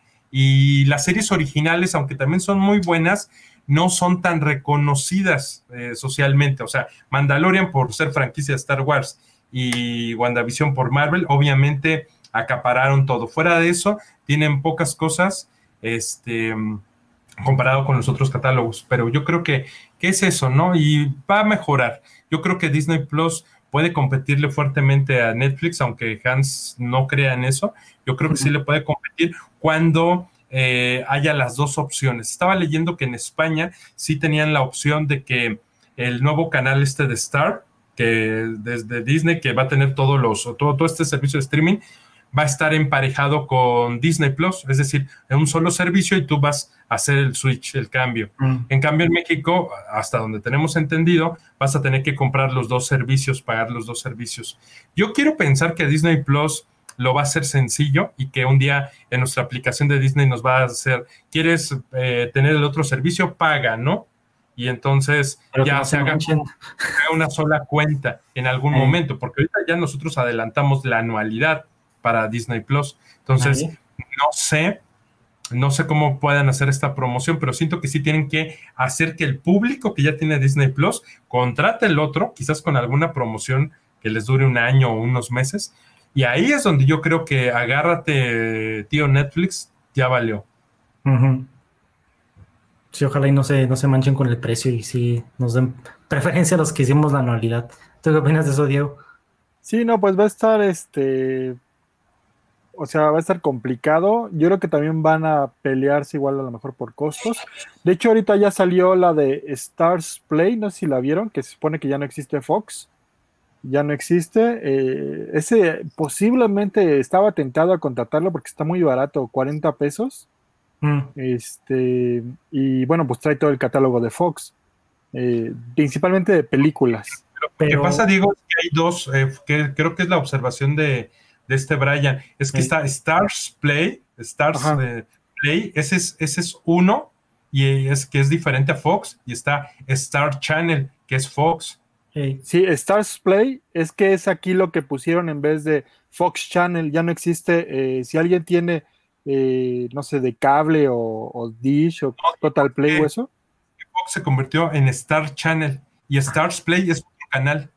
Y las series originales, aunque también son muy buenas, no son tan reconocidas eh, socialmente. O sea, Mandalorian por ser franquicia de Star Wars y WandaVision por Marvel, obviamente acapararon todo. Fuera de eso, tienen pocas cosas este, comparado con los otros catálogos. Pero yo creo que, que es eso, ¿no? Y va a mejorar. Yo creo que Disney Plus puede competirle fuertemente a Netflix, aunque Hans no crea en eso. Yo creo que sí le puede competir cuando eh, haya las dos opciones. Estaba leyendo que en España sí tenían la opción de que el nuevo canal este de Star, que desde Disney, que va a tener todos los, todo, todo este servicio de streaming, va a estar emparejado con Disney Plus, es decir, en un solo servicio y tú vas a hacer el switch, el cambio. Mm. En cambio, en México, hasta donde tenemos entendido, vas a tener que comprar los dos servicios, pagar los dos servicios. Yo quiero pensar que Disney Plus lo va a hacer sencillo y que un día en nuestra aplicación de Disney nos va a hacer, ¿quieres eh, tener el otro servicio? Paga, ¿no? Y entonces Pero ya se haga una sola cuenta en algún eh. momento, porque ahorita ya nosotros adelantamos la anualidad para Disney Plus. Entonces, ¿Ahí? no sé no sé cómo puedan hacer esta promoción, pero siento que sí tienen que hacer que el público que ya tiene Disney Plus contrate el otro, quizás con alguna promoción que les dure un año o unos meses. Y ahí es donde yo creo que agárrate, tío Netflix, ya valió. Uh-huh. Sí, ojalá y no se, no se manchen con el precio y sí nos den preferencia a los que hicimos la anualidad. ¿Tú qué opinas de eso, Diego? Sí, no, pues va a estar este... O sea, va a estar complicado. Yo creo que también van a pelearse igual a lo mejor por costos. De hecho, ahorita ya salió la de Stars Play, no sé si la vieron, que se supone que ya no existe Fox. Ya no existe. Eh, ese posiblemente estaba tentado a contratarlo porque está muy barato, cuarenta pesos. Mm. Este, y bueno, pues trae todo el catálogo de Fox, eh, principalmente de películas. Pero, lo que pasa, Diego, es que hay dos, eh, que creo que es la observación de, de este Brian, es que sí. Está Stars Play, Stars eh, Play, ese es, ese es uno, y es que es diferente a Fox, y está Star Channel, que es Fox. Sí, sí, Stars Play es que es aquí lo que pusieron en vez de Fox Channel, ya no existe. Eh, si alguien tiene, eh, no sé, de cable o, o Dish o no, Total Play eh, o eso. Fox se convirtió en Star Channel, y Stars Play es un canal.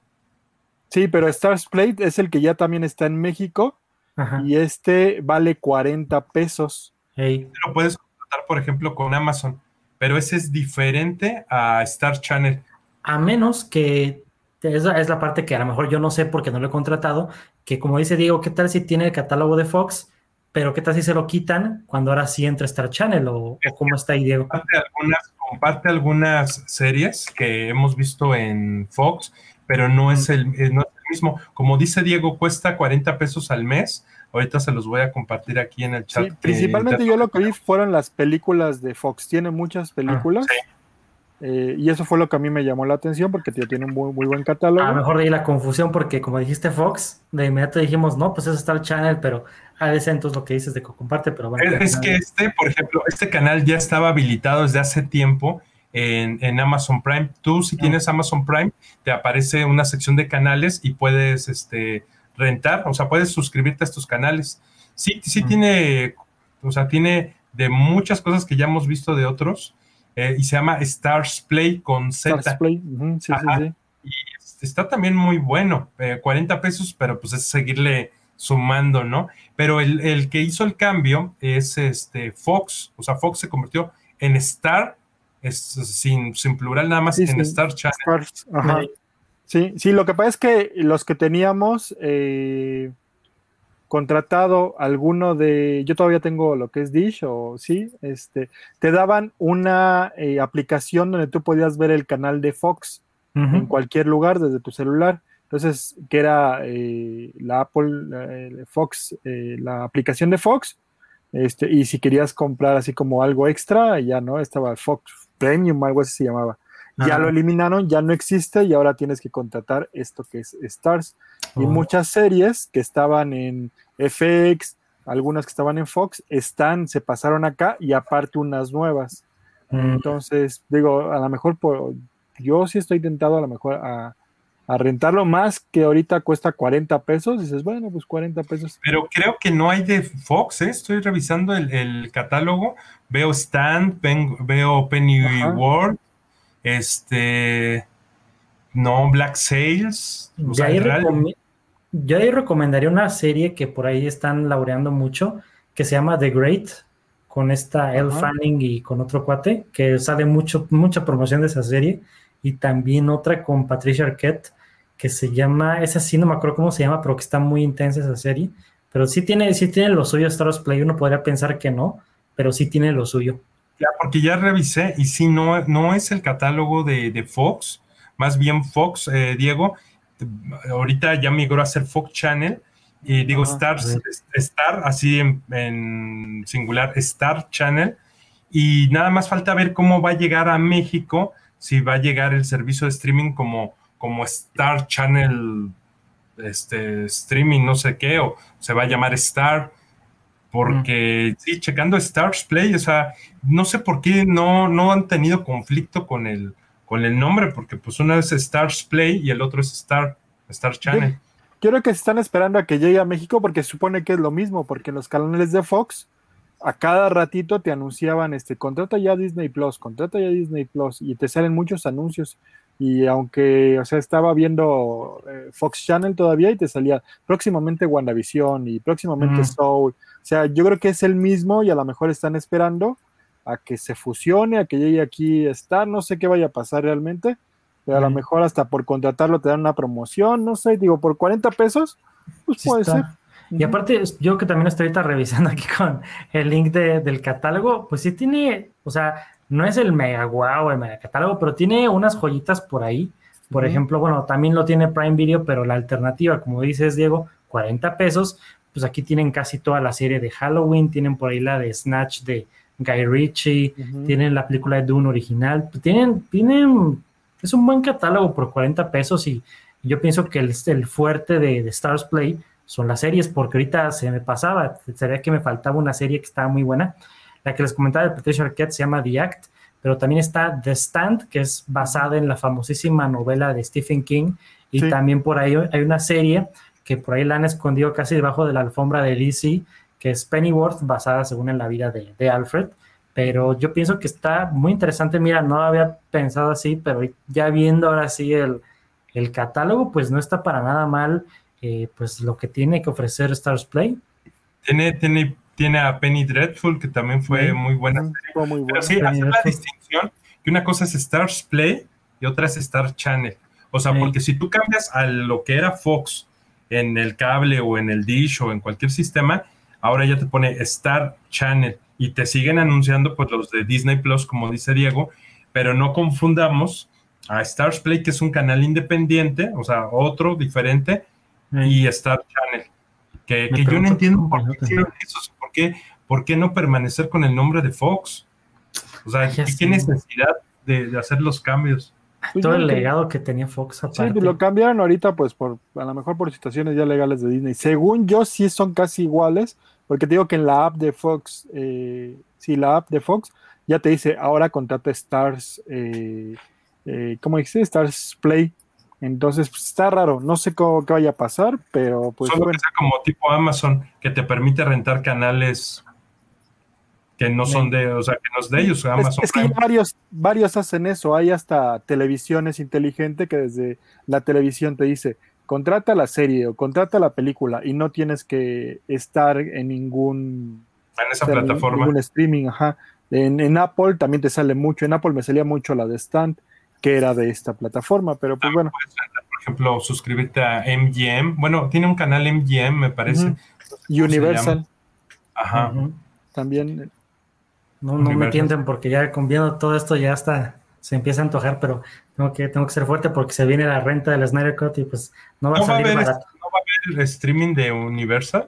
Sí, pero Stars Play es el que ya también está en México. Ajá. Y este vale cuarenta pesos. Hey. Lo puedes contratar, por ejemplo, con Amazon, pero ese es diferente a Star Channel. A menos que, esa es la parte que a lo mejor yo no sé porque no lo he contratado, que como dice Diego, ¿qué tal si tiene el catálogo de Fox? Pero ¿qué tal si se lo quitan cuando ahora sí entra Star Channel? ¿O, o cómo está ahí, Diego? Comparte algunas, comparte algunas series que hemos visto en Fox, pero no es, el, no es el mismo. Como dice Diego, cuesta cuarenta pesos al mes. Ahorita se los voy a compartir aquí en el chat. Sí, principalmente yo lo que vi fueron las películas de Fox. Tiene muchas películas. Ah, sí. Eh, y eso fue lo que a mí me llamó la atención porque tío, tiene un muy, muy buen catálogo. A lo mejor de ahí la confusión porque como dijiste Fox, de inmediato dijimos, no, pues eso está el channel, pero a veces entonces lo que dices de que comparte, pero bueno. Es, es que este, por ejemplo, este canal ya estaba habilitado desde hace tiempo en, en Amazon Prime. Tú si tienes Amazon Prime, te aparece una sección de canales y puedes este, rentar, o sea, puedes suscribirte a estos canales. Sí, sí mm. tiene, o sea, tiene de muchas cosas que ya hemos visto de otros. Eh, y se llama Stars Play con Z. Stars Play, uh-huh, sí, sí, sí. Y está también muy bueno, eh, cuarenta pesos, pero pues es seguirle sumando, ¿no? Pero el, el que hizo el cambio es este Fox, o sea, Fox se convirtió en Star, es, sin, sin plural nada más, sí, en sí. Star Channel. Stars, ajá. Sí, sí, lo que pasa es que los que teníamos eh, contratado alguno de, yo todavía tengo lo que es Dish o sí, este, te daban una eh, aplicación donde tú podías ver el canal de Fox uh-huh. en cualquier lugar desde tu celular. Entonces, que era eh, la Apple eh, Fox, eh, la aplicación de Fox, este, y si querías comprar así como algo extra, ya no, estaba Fox Premium, algo así se llamaba. Uh-huh. Ya lo eliminaron, ya no existe y ahora tienes que contratar esto que es Stars. Uh-huh. Y muchas series que estaban en F X, algunas que estaban en Fox, están, se pasaron acá y aparte unas nuevas. Uh-huh. Entonces, digo, a lo mejor por, yo sí estoy tentado a lo mejor a, a rentarlo más que ahorita cuesta cuarenta pesos. Dices, bueno, pues cuarenta pesos. Pero creo que no hay de Fox, ¿eh? Estoy revisando el, el catálogo, veo Stand, ven, veo Pennyworth, este, no, Black Sails. O sea, ahí recom- yo ahí recomendaría una serie que por ahí están laureando mucho, que se llama The Great, con esta Elle Fanning y con otro cuate, que sale mucho, mucha promoción de esa serie, y también otra con Patricia Arquette, que se llama, esa sí no me acuerdo cómo se llama, pero que está muy intensa esa serie, pero sí tiene, sí tiene lo suyo Stars Play, uno podría pensar que no, pero sí tiene lo suyo. Ya, porque ya revisé, y sí, no, no es el catálogo de, de Fox, más bien Fox, eh, Diego, ahorita ya migró a ser Fox Channel, y digo ah, Stars, Star, así en, en singular, Star Channel, y nada más falta ver cómo va a llegar a México, si va a llegar el servicio de streaming como, como Star Channel este, Streaming, no sé qué, o se va a llamar Star, porque mm. sí, checando Stars Play, o sea, no sé por qué no, no han tenido conflicto con el, con el nombre, porque pues una es Stars Play y el otro es Star, Star Channel. Yo creo que se están esperando a que llegue a México porque se supone que es lo mismo, porque los canales de Fox a cada ratito te anunciaban, este, contrata ya Disney Plus, contrata ya Disney Plus, y te salen muchos anuncios. Y aunque, o sea, estaba viendo eh, Fox Channel todavía y te salía próximamente WandaVision y próximamente mm. Soul. O sea, yo creo que es el mismo y a lo mejor están esperando a que se fusione, a que llegue aquí Star, no sé qué vaya a pasar realmente, pero mm. a lo mejor hasta por contratarlo te dan una promoción, no sé, digo, por cuarenta pesos, pues sí puede está. ser. Y aparte, yo que también estoy ahorita revisando aquí con el link de, del catálogo, pues sí tiene, o sea, no es el mega guau, el mega catálogo, pero tiene unas joyitas por ahí. Por uh-huh. ejemplo, bueno, también lo tiene Prime Video, pero la alternativa, como dices, Diego, cuarenta pesos, pues aquí tienen casi toda la serie de Halloween, tienen por ahí la de Snatch de Guy Ritchie, uh-huh. tienen la película de Dune original, tienen, tienen, es un buen catálogo por cuarenta pesos y yo pienso que el, el fuerte de, de Stars Play son las series, porque ahorita se me pasaba, sería que me faltaba una serie que estaba muy buena. La que les comentaba de Patricia Arquette se llama The Act, pero también está The Stand, que es basada en la famosísima novela de Stephen King, y sí. también por ahí hay una serie que por ahí la han escondido casi debajo de la alfombra de D C, que es Pennyworth, basada según en la vida de, de Alfred, pero yo pienso que está muy interesante. Mira, no había pensado así, pero ya viendo ahora sí el, el catálogo, pues no está para nada mal. Eh, pues lo que tiene que ofrecer Stars Play. Tiene, tiene, tiene a Penny Dreadful, que también fue sí, muy buena. Fue muy buena. Pero sí, hacer la distinción que una cosa es Stars Play y otra es Star Channel. O sea, sí. porque si tú cambias a lo que era Fox en el cable o en el Dish o en cualquier sistema, ahora ya te pone Star Channel y te siguen anunciando pues los de Disney Plus, como dice Diego, pero no confundamos a Stars Play, que es un canal independiente, o sea, otro diferente, y Star Channel, que, que yo no entiendo por qué hicieron eso, ¿por qué, por qué no permanecer con el nombre de Fox? O sea, ¿qué sí. necesidad de, de hacer los cambios? Pues todo el legado que tenía Fox aparte. Sí, lo cambiaron ahorita, pues, por a lo mejor por situaciones ya legales de Disney. Según yo, sí son casi iguales, porque te digo que en la app de Fox, eh, sí, la app de Fox ya te dice, ahora contrata Stars, eh, eh, ¿cómo dice? Stars Play. Entonces, pues, está raro, no sé cómo qué vaya a pasar, pero pues... Solo bueno. que sea como tipo Amazon, que te permite rentar canales que no son de, o sea, que no es de ellos, Amazon. Es, es que varios, varios hacen eso, hay hasta televisiones inteligentes que desde la televisión te dice, contrata la serie o contrata la película y no tienes que estar en ningún... En esa plataforma. Ningún streaming, ajá. En, en Apple también te sale mucho, en Apple me salía mucho la de Stand, que era de esta plataforma, pero pues bueno. Puedes, por ejemplo, suscribirte a M G M. Bueno, tiene un canal M G M, me parece. Uh-huh. Universal. Ajá. Uh-huh. También. No, no me tienten porque ya con viendo todo esto ya hasta se empieza a antojar, pero tengo que, tengo que ser fuerte porque se viene la renta del Snyder Cut y pues no va a salir va a haber, barato. ¿No va a haber el streaming de Universal?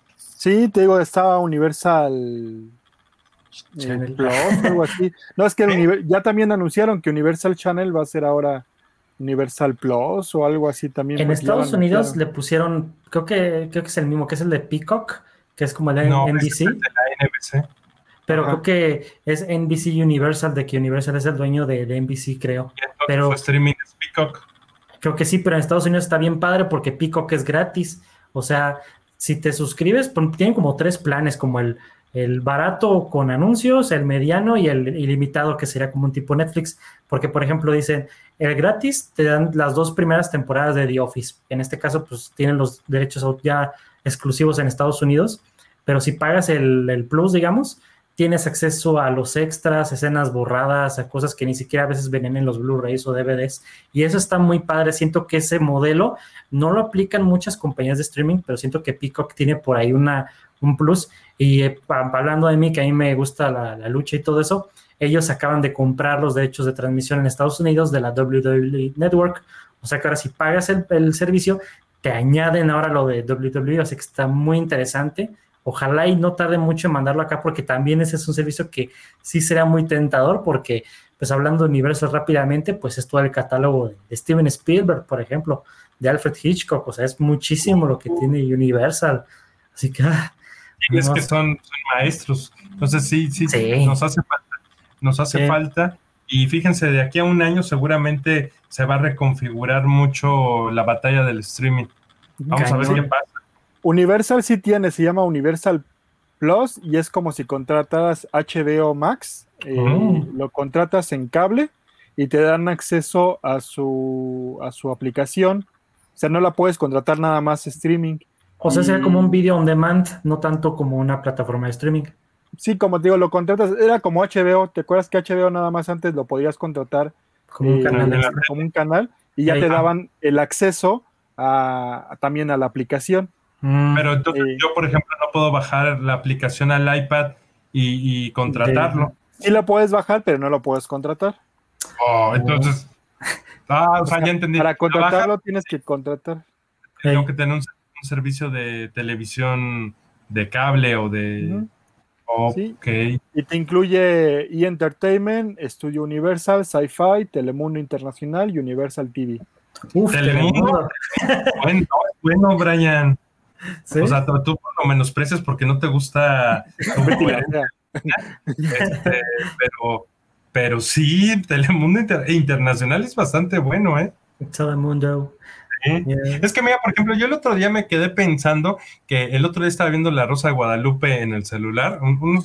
Sí, te digo, estaba Universal... Channel. Plus, algo así. No, es que el Univer- ya también anunciaron que Universal Channel va a ser ahora Universal Plus o algo así también. En Estados Unidos le pusieron, creo que creo que es el mismo, que es el de Peacock, que es como el no, N B C. Es el de la N B C. Pero Ajá. creo que es N B C Universal, de que Universal es el dueño de, de N B C, creo. Y entonces pero su streaming es Peacock. Creo que sí, pero en Estados Unidos está bien padre porque Peacock es gratis. O sea, si te suscribes, tienen como tres planes, como el el barato con anuncios, el mediano y el ilimitado, que sería como un tipo Netflix, porque por ejemplo dicen, el gratis te dan las dos primeras temporadas de The Office, en este caso pues tienen los derechos ya exclusivos en Estados Unidos, pero si pagas el, el Plus, digamos, tienes acceso a los extras, escenas borradas, a cosas que ni siquiera a veces ven en los Blu-rays o D V Ds, y eso está muy padre. Siento que ese modelo no lo aplican muchas compañías de streaming, pero siento que Peacock tiene por ahí una, un plus, y eh, hablando de mí, que a mí me gusta la, la lucha y todo eso, ellos acaban de comprar los derechos de transmisión en Estados Unidos de la W W E Network, o sea que ahora si pagas el, el servicio, te añaden ahora lo de W W E, así que está muy interesante. Ojalá y no tarde mucho en mandarlo acá, porque también ese es un servicio que sí será muy tentador, porque, pues hablando de universos rápidamente, pues es todo el catálogo de, de Steven Spielberg, por ejemplo, de Alfred Hitchcock, o sea, es muchísimo lo que tiene Universal, así que... Ah, y es no, que son, son maestros, entonces sí, sí, sí, nos hace falta, nos hace sí. falta, y fíjense, de aquí a un año seguramente se va a reconfigurar mucho la batalla del streaming. Vamos Cañón. a ver qué pasa. Universal sí tiene, se llama Universal Plus y es como si contrataras H B O Max, eh, Oh. lo contratas en cable y te dan acceso a su, a su aplicación. O sea, no la puedes contratar nada más streaming. O sea, Y- sería como un video on demand, no tanto como una plataforma de streaming. Sí, como te digo, lo contratas, era como H B O. ¿Te acuerdas que H B O nada más antes lo podías contratar Como un eh, canal de la- extra. como un canal y ya Ahí te va. daban el acceso a, a- también a la aplicación? Mm, Pero entonces Eh. yo, por ejemplo, no puedo bajar la aplicación al iPad y, y contratarlo. Sí lo puedes bajar, pero no lo puedes contratar. Oh, entonces. Ah, o sea, ya entendí. Para La contratarlo baja, tienes que contratar. tengo que tener un, un servicio de televisión de cable o de. Ujú. Sí. Ok. Y te incluye E! Entertainment, Estudio Universal, Sci-Fi, Telemundo Internacional y Universal T V. uf, Telemundo. Telemundo. Bueno, bueno, Brian. ¿Sí? O sea, tú, tú lo menosprecias porque no te gusta tu Betty la gobierno, Fea. este, pero, pero sí, Telemundo Inter- Internacional es bastante bueno, ¿eh? Telemundo. Sí. Yeah. Es que mira, por ejemplo, yo el otro día me quedé pensando que el otro día estaba viendo La Rosa de Guadalupe en el celular, un- unos-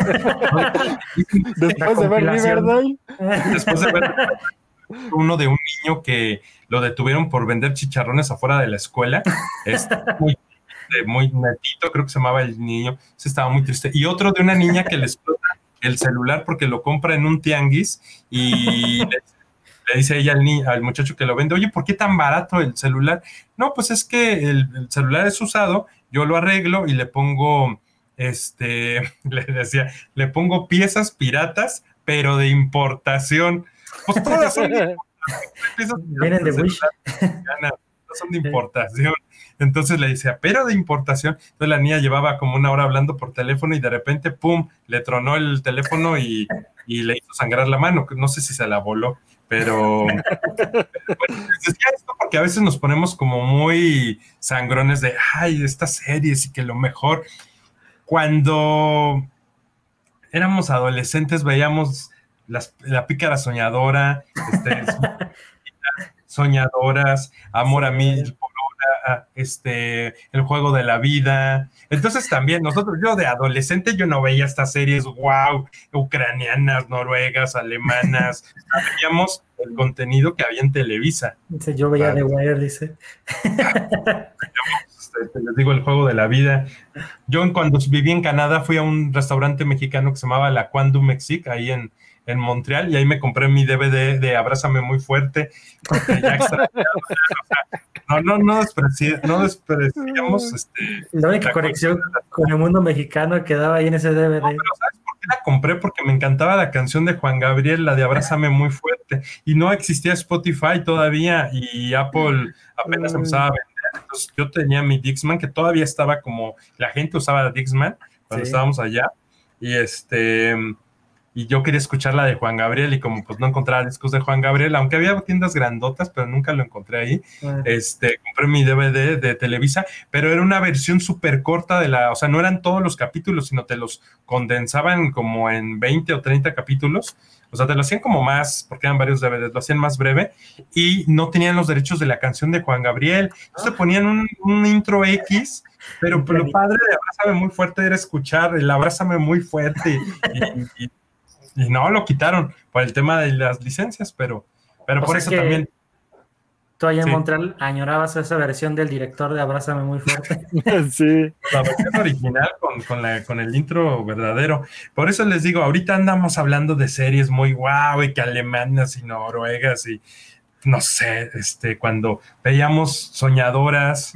Después de ver compilación. Riverdale, después de ver uno de un niño que lo detuvieron por vender chicharrones afuera de la escuela, es muy, de- muy netito, creo que se llamaba el niño, se estaba muy triste, y otro de una niña que le explota el celular porque lo compra en un tianguis y le, le dice ella al, ni- al muchacho que lo vende, oye, ¿por qué tan barato el celular? No, pues es que el, el celular es usado, yo lo arreglo y le pongo, este, le decía, le pongo piezas piratas, pero de importación. Pues todas son de piezas Vienen de piratas, Wish. mexicanas, no son de importación. Entonces le decía, pero de importación. Entonces la niña llevaba como una hora hablando por teléfono y de repente, pum, le tronó el teléfono y, y le hizo sangrar la mano. No sé si se la voló, pero bueno, les decía esto porque a veces nos ponemos como muy sangrones de, ay, estas series y que lo mejor. Cuando éramos adolescentes veíamos las, La Pícara Soñadora, este, Soñadoras, Amor a Mil por Hora, este, El Juego de la Vida. Entonces también nosotros, yo de adolescente, yo no veía estas series, wow, ucranianas, noruegas, alemanas. Veíamos el contenido que había en Televisa. Dice, yo veía The Wire, dice. Este, les digo, El Juego de la Vida. Yo cuando viví en Canadá fui a un restaurante mexicano que se llamaba La Cuandu Mexic, ahí en, en Montreal, y ahí me compré mi D V D de Abrázame Muy Fuerte, porque ya extrañaba, o sea, no, no, no, despreci- no despreciamos este, La única la conexión cultura. con el mundo mexicano quedaba ahí en ese D V D. No, pero ¿sabes por qué la compré? Porque me encantaba la canción de Juan Gabriel, la de Abrázame Muy Fuerte, y no existía Spotify todavía, y Apple apenas empezaba a vender. Entonces yo tenía mi Dixman, que todavía estaba como, la gente usaba Dixman cuando Sí. estábamos allá, y este, y yo quería escuchar la de Juan Gabriel, y como pues no encontraba discos de Juan Gabriel, aunque había tiendas grandotas, pero nunca lo encontré ahí, Ah, este, compré mi D V D de Televisa, pero era una versión súper corta de la, o sea, no eran todos los capítulos, sino te los condensaban como en veinte o treinta capítulos, o sea, te lo hacían como más, porque eran varios D V Ds, lo hacían más breve, y no tenían los derechos de la canción de Juan Gabriel, entonces te ponían un, un intro X, pero pues, lo padre de Abrázame Muy Fuerte era escuchar el Abrázame Muy Fuerte, y, y, y no, lo quitaron por el tema de las licencias, pero, pero O por sea eso que- también. Tú allá en Sí. Montreal añorabas esa versión del director de Abrázame Muy Fuerte. sí. La versión original con, con, la, con el intro verdadero. Por eso les digo, ahorita andamos hablando de series muy guau y que alemanas y noruegas y no sé, este, cuando veíamos Soñadoras.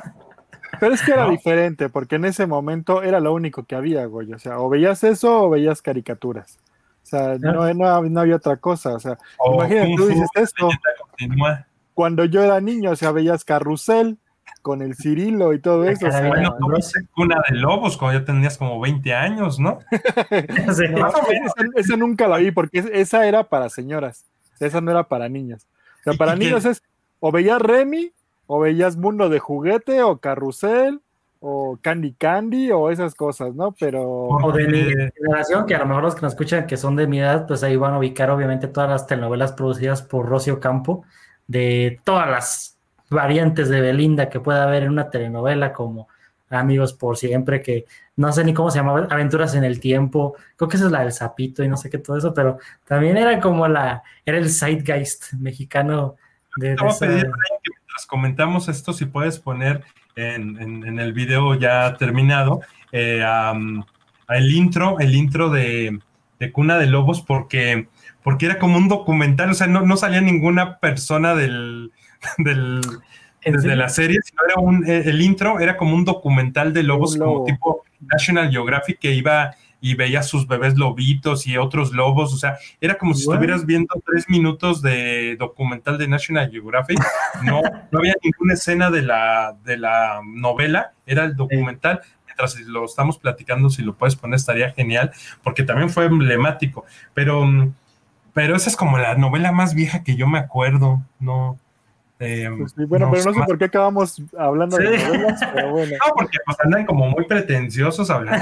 Pero es que era ¿No? diferente, porque en ese momento era lo único que había, güey. O sea, o veías eso o veías caricaturas. O sea, no, no, no había otra cosa. O sea, o imagínate, Kung tú Fu, dices esto. Leyenda Continúa. Cuando yo era niño, o sea, veías Carrusel con el Cirilo y todo La eso. O sea, carabina. Bueno, tú viste Cuna de Lobos cuando ya tenías como veinte años, ¿no? Sí. no, esa, esa nunca la vi, porque es- esa era para señoras. Esa no era para niños. O sea, ¿Y- para y qué? niños es o veías Remy, o veías Mundo de Juguete, o Carrusel, o Candy Candy, o esas cosas, ¿no? Pero O de mi Eh, generación, que a lo mejor los que nos escuchan que son de mi edad, pues ahí van a ubicar obviamente todas las telenovelas producidas por Rocío Campo, de todas las variantes de Belinda que pueda haber en una telenovela, como Amigos por Siempre, que no sé ni cómo se llamaba, Aventuras en el Tiempo, creo que esa es la del Sapito y no sé qué, todo eso, pero también era como la, era el zeitgeist mexicano de, de Te voy a esa... pedir, Brian, que mientras comentamos esto, si puedes poner en, en, en el video ya terminado eh, um, el intro, el intro de, de Cuna de Lobos, porque, porque era como un documental, o sea, no, no salía ninguna persona del, del de la serie, sino era un, el intro era como un documental de lobos, como tipo National Geographic, que iba y veía sus bebés lobitos y otros lobos, o sea, era como si bueno. estuvieras viendo tres minutos de documental de National Geographic, no, no había ninguna escena de la, de la novela, era el documental. Sí. Mientras lo estamos platicando, si lo puedes poner estaría genial, porque también fue emblemático, pero, pero esa es como la novela más vieja que yo me acuerdo, no... Eh, pues sí, bueno, no, pero no sé más... por qué acabamos hablando sí. de novelas, pero bueno. No, porque pues andan como muy pretenciosos hablando.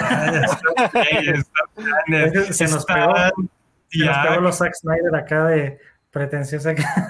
Se, se nos pegó, se nos pegó los Zack Snyder acá de pretenciosa.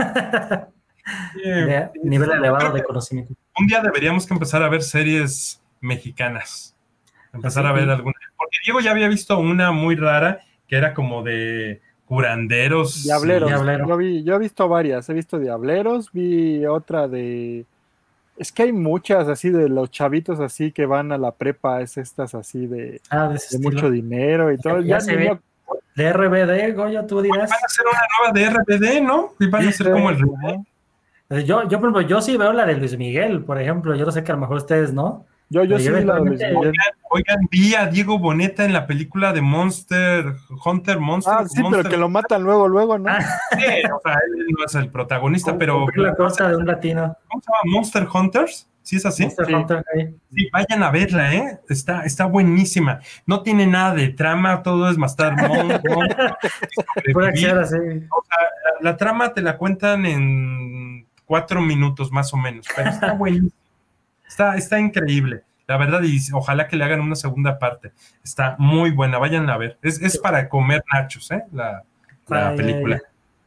Sí, de sí, nivel sí, elevado de conocimiento. Un día deberíamos que empezar a ver series mexicanas. Empezar ¿sí? a ver alguna. Porque Diego ya había visto una muy rara que era como de curanderos. Diableros. Diablero. Yo, vi, yo he visto varias. He visto Diableros, vi otra de... Es que hay muchas así de los chavitos así que van a la prepa, es estas así de, ah, de, de mucho dinero y todo. Ya, ya se ve. Yo... De R B D, Goyo, tú dirás. Van a hacer una nueva de R B D, ¿no? Y van a ser como el remake. Yo, yo, por ejemplo, yo sí veo la de Luis Miguel, por ejemplo. Yo no sé que a lo mejor ustedes no. Yo, yo sí vi la de Luis Miguel. Oigan, oigan, vi a Diego Boneta en la película de Monster, Hunter Monster. Ah, sí, Monster. pero que lo matan luego, luego, ¿no? Ah. Sí, o sea, él no es el protagonista, pero... La cosa de un latino. ¿Cómo se llama? ¿Monster Hunters? ¿Sí es así? Monster sí. Hunter, sí. Sí, vayan a verla, ¿eh? Está, está buenísima. No tiene nada de trama, todo es mastar mon, mon, Pura acción, sí. O sea, la, la trama te la cuentan en cuatro minutos más o menos, pero está buenísima. Está, está increíble, la verdad, y ojalá que le hagan una segunda parte. Está muy buena, vayan a ver. Es, es para comer nachos, ¿eh? La, la ay, película.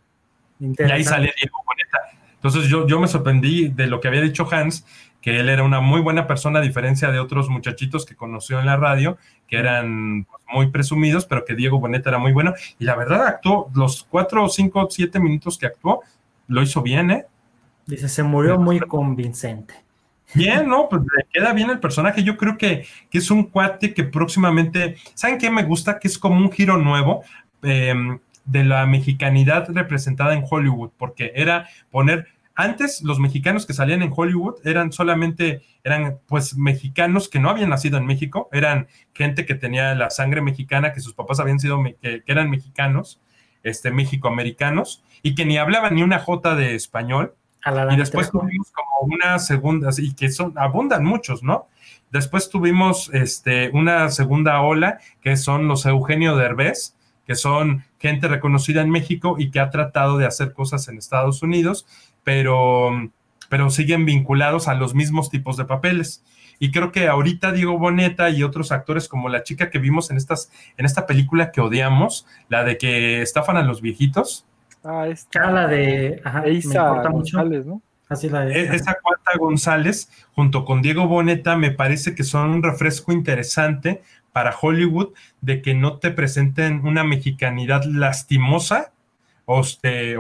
Ay, ay. Y ahí sale Diego Boneta. Entonces yo, yo me sorprendí de lo que había dicho Hans, que él era una muy buena persona, a diferencia de otros muchachitos que conoció en la radio, que eran pues, muy presumidos, pero que Diego Boneta era muy bueno. Y la verdad actuó, los cuatro, cinco, siete minutos que actuó, lo hizo bien, ¿eh? Dice, se murió muy convincente. Bien, ¿no? Pues le queda bien el personaje. Yo creo que, que es un cuate que próximamente... ¿Saben qué me gusta? Que es como un giro nuevo eh, de la mexicanidad representada en Hollywood, porque era poner... Antes, los mexicanos que salían en Hollywood eran solamente, eran pues mexicanos que no habían nacido en México, eran gente que tenía la sangre mexicana, que sus papás habían sido, que, que eran mexicanos, este, mexicoamericanos, y que ni hablaban ni una jota de español. Y después tuvimos como una segunda, y que son, abundan muchos, ¿no? Después tuvimos este, una segunda ola, que son los Eugenio Derbez, que son gente reconocida en México y que ha tratado de hacer cosas en Estados Unidos, pero, pero siguen vinculados a los mismos tipos de papeles. Y creo que ahorita Diego Boneta y otros actores, como la chica que vimos en, estas, en esta película que odiamos, la de que estafan a los viejitos, Ah, esta. Ah, la de ajá, Eiza González, ¿no? Así la de, esa Cuarta González, junto con Diego Boneta, me parece que son un refresco interesante para Hollywood, de que no te presenten una mexicanidad lastimosa, o, este,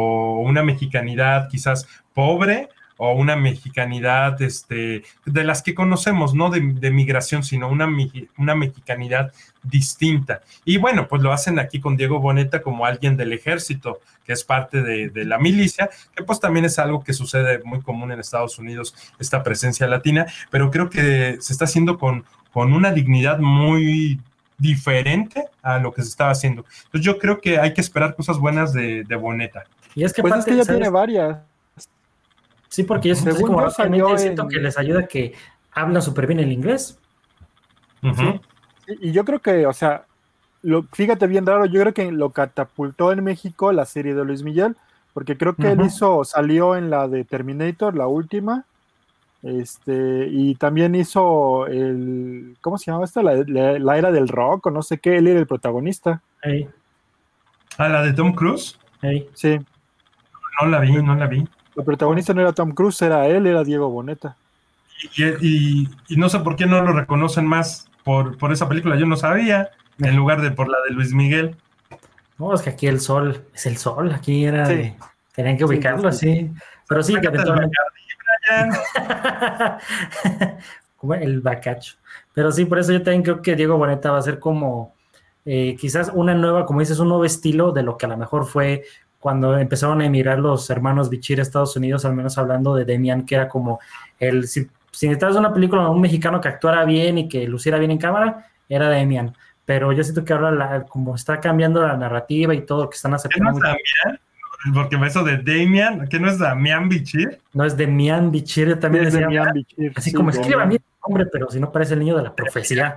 o una mexicanidad quizás pobre, o una mexicanidad este, de las que conocemos, no de, de migración, sino una, una mexicanidad distinta. Y bueno, pues lo hacen aquí con Diego Boneta como alguien del ejército, que es parte de, de la milicia, que pues también es algo que sucede muy común en Estados Unidos, esta presencia latina, pero creo que se está haciendo con, con una dignidad muy diferente a lo que se estaba haciendo. Entonces yo creo que hay que esperar cosas buenas de, de Boneta. Y es que, pues parte, es que ya ¿sabes? Tiene varias. Sí, porque yo siento, como yo siento en... que les ayuda que hablan súper bien el inglés. Uh-huh. Sí. Y yo creo que, o sea, lo, fíjate bien raro, yo creo que lo catapultó en México la serie de Luis Miguel, porque creo que uh-huh. él hizo, salió en la de Terminator, la última, este, y también hizo el, ¿cómo se llama esta? La, la, la era del rock, o no sé qué, él era el protagonista. Hey. ¿Ah, la de Tom Cruise? Hey. Sí. No la vi, no la vi. El protagonista no era Tom Cruise, era él, era Diego Boneta. Y, y, y no sé por qué no lo reconocen más por, por esa película, yo no sabía, en lugar de por la de Luis Miguel. No, es que aquí el sol es el sol, aquí era Sí. de, tenían que ubicarlo Sí, sí, así, pero sí, que eventualmente Brian. como el bacacho, pero sí, por eso yo también creo que Diego Boneta va a ser como eh, quizás una nueva, como dices, un nuevo estilo de lo que a lo mejor fue cuando empezaron a emigrar los hermanos Bichir a Estados Unidos, al menos hablando de Demian, que era como el, si, si necesitabas una película de un mexicano que actuara bien y que luciera bien en cámara, era Demian. Pero yo siento que ahora, la, como está cambiando la narrativa y todo, que están ¿Qué aceptando. no es Damián? Porque eso de Damian, ¿qué no es Damián Bichir? No es Demian Bichir, yo también Es de decía, Mian Bichir, así sí, como de escriban Mian. bien el nombre, pero si no parece el niño de la profecía.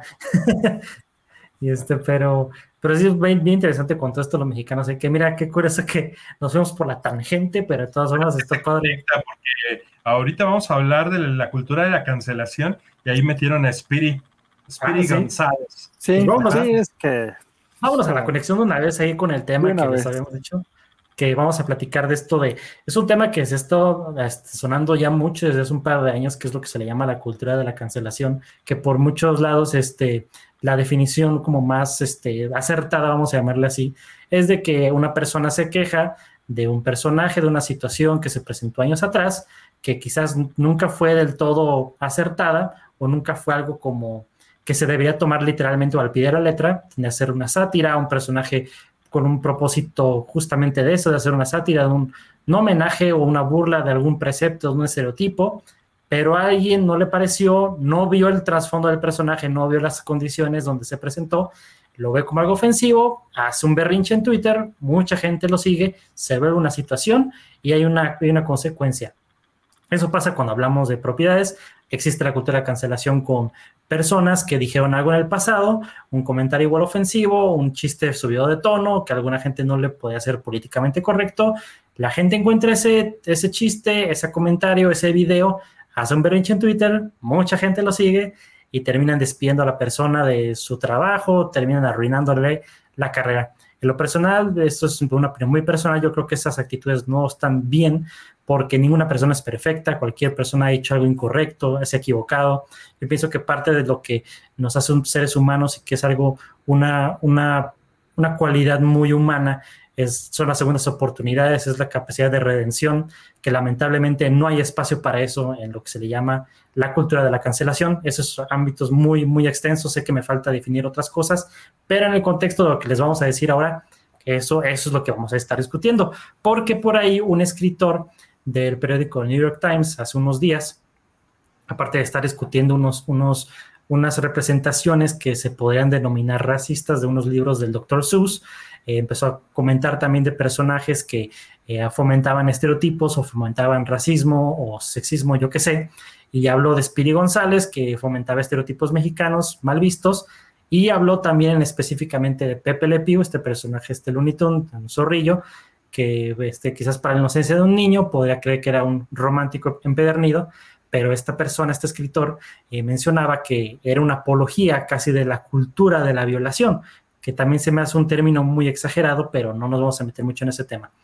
y este, pero, pero sí es bien, bien interesante con todo esto los mexicanos. ¿eh? Que mira, qué curioso que nos vemos por la tangente, pero de todas formas está padre. Porque ahorita vamos a hablar de la cultura de la cancelación y ahí metieron a Spiri, Spiri Ah, ¿sí? González. Sí, Pues vamos, sí, ¿ah? es que... Vámonos a la conexión de una vez ahí con el tema De una que les vez. habíamos dicho, que vamos a platicar de esto de... Es un tema que se está este, sonando ya mucho desde hace un par de años, que es lo que se le llama la cultura de la cancelación, que por muchos lados este, la definición como más este, acertada, vamos a llamarle así, es de que una persona se queja de un personaje, de una situación que se presentó años atrás, que quizás nunca fue del todo acertada o nunca fue algo como que se debería tomar literalmente o al pie de la letra, de hacer una sátira, un personaje con un propósito justamente de eso, de hacer una sátira, de un, un homenaje o una burla de algún precepto, de un estereotipo, pero a alguien no le pareció, no vio el trasfondo del personaje, no vio las condiciones donde se presentó, lo ve como algo ofensivo, hace un berrinche en Twitter, mucha gente lo sigue, se ve una situación y hay una, hay una consecuencia. Eso pasa cuando hablamos de propiedades. Existe la cultura de cancelación con personas que dijeron algo en el pasado, un comentario igual ofensivo, un chiste subido de tono, que a alguna gente no le puede hacer políticamente correcto. La gente encuentra ese, ese chiste, ese comentario, ese video, hace un berrinche en Twitter, mucha gente lo sigue y terminan despidiendo a la persona de su trabajo, terminan arruinándole la carrera. En lo personal, esto es una opinión muy personal, yo creo que esas actitudes no están bien porque ninguna persona es perfecta, cualquier persona ha hecho algo incorrecto, se ha equivocado. Yo pienso que parte de lo que nos hace seres humanos y que es algo, una, una, una cualidad muy humana, es, son las segundas oportunidades, es la capacidad de redención, que lamentablemente no hay espacio para eso en lo que se le llama la cultura de la cancelación. Esos ámbitos muy, muy extensos, sé que me falta definir otras cosas, pero en el contexto de lo que les vamos a decir ahora, eso, eso es lo que vamos a estar discutiendo, porque por ahí un escritor del periódico New York Times hace unos días, aparte de estar discutiendo unos, unos, unas representaciones que se podrían denominar racistas de unos libros del doctor Seuss, eh, empezó a comentar también de personajes que eh, fomentaban estereotipos o fomentaban racismo o sexismo, yo qué sé, y habló de Spiri González, que fomentaba estereotipos mexicanos mal vistos, y habló también específicamente de Pepe Le Pew, este personaje, este Looney Tunes, un zorrillo, que este, quizás para la inocencia de un niño podría creer que era un romántico empedernido, pero esta persona, este escritor, eh, mencionaba que era una apología casi de la cultura de la violación, que también se me hace un término muy exagerado, pero no nos vamos a meter mucho en ese tema.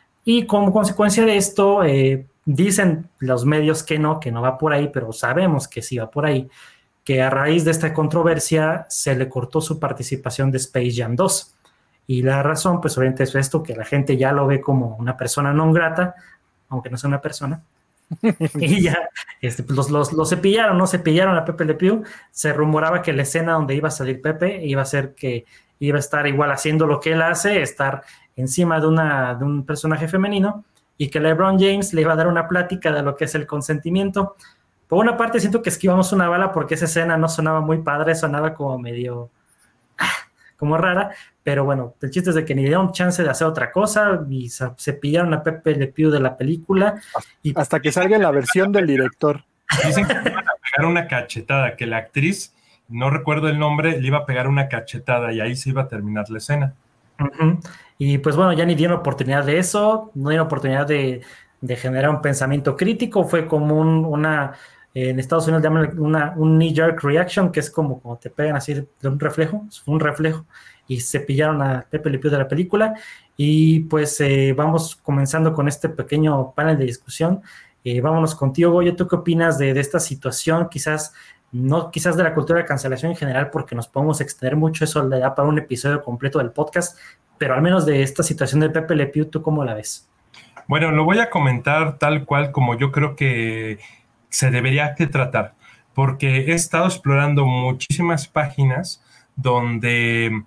Y como consecuencia de esto, eh, dicen los medios que no, que no va por ahí, pero sabemos que sí va por ahí, que a raíz de esta controversia se le cortó su participación de Space Jam dos. Y la razón, pues obviamente es esto, que la gente ya lo ve como una persona non grata, aunque no sea una persona. y ya, este, pues los, los, los cepillaron, ¿no? Cepillaron a Pepe Le Pew. Se rumoraba que la escena donde iba a salir Pepe iba a ser que iba a estar igual haciendo lo que él hace, estar encima de, una, de un personaje femenino, y que LeBron James le iba a dar una plática de lo que es el consentimiento. Por una parte siento que esquivamos una bala porque esa escena no sonaba muy padre, sonaba como medio... como rara, pero bueno, el chiste es de que ni dieron chance de hacer otra cosa y se, se pillaron a Pepe Le Pew de la película. Y hasta que salga la versión del director. Dicen que le iban a pegar una cachetada, que la actriz, no recuerdo el nombre, le iba a pegar una cachetada y ahí se iba a terminar la escena. Uh-huh. Y pues bueno, ya ni dieron oportunidad de eso, no dieron oportunidad de, de generar un pensamiento crítico, fue como un, una... En Estados Unidos llaman una, un knee-jerk reaction, que es como cuando te pegan así de un reflejo, un reflejo, y se pillaron a Pepe Le Pew de la película. Y pues eh, vamos comenzando con este pequeño panel de discusión. Eh, vámonos contigo, Goyo. ¿Tú qué opinas de, de esta situación? Quizás, no quizás de la cultura de cancelación en general, porque nos podemos extender mucho, eso le da para un episodio completo del podcast, pero al menos de esta situación de Pepe Le Pew, ¿tú cómo la ves? Bueno, lo voy a comentar tal cual como yo creo que se debería de tratar, porque he estado explorando muchísimas páginas donde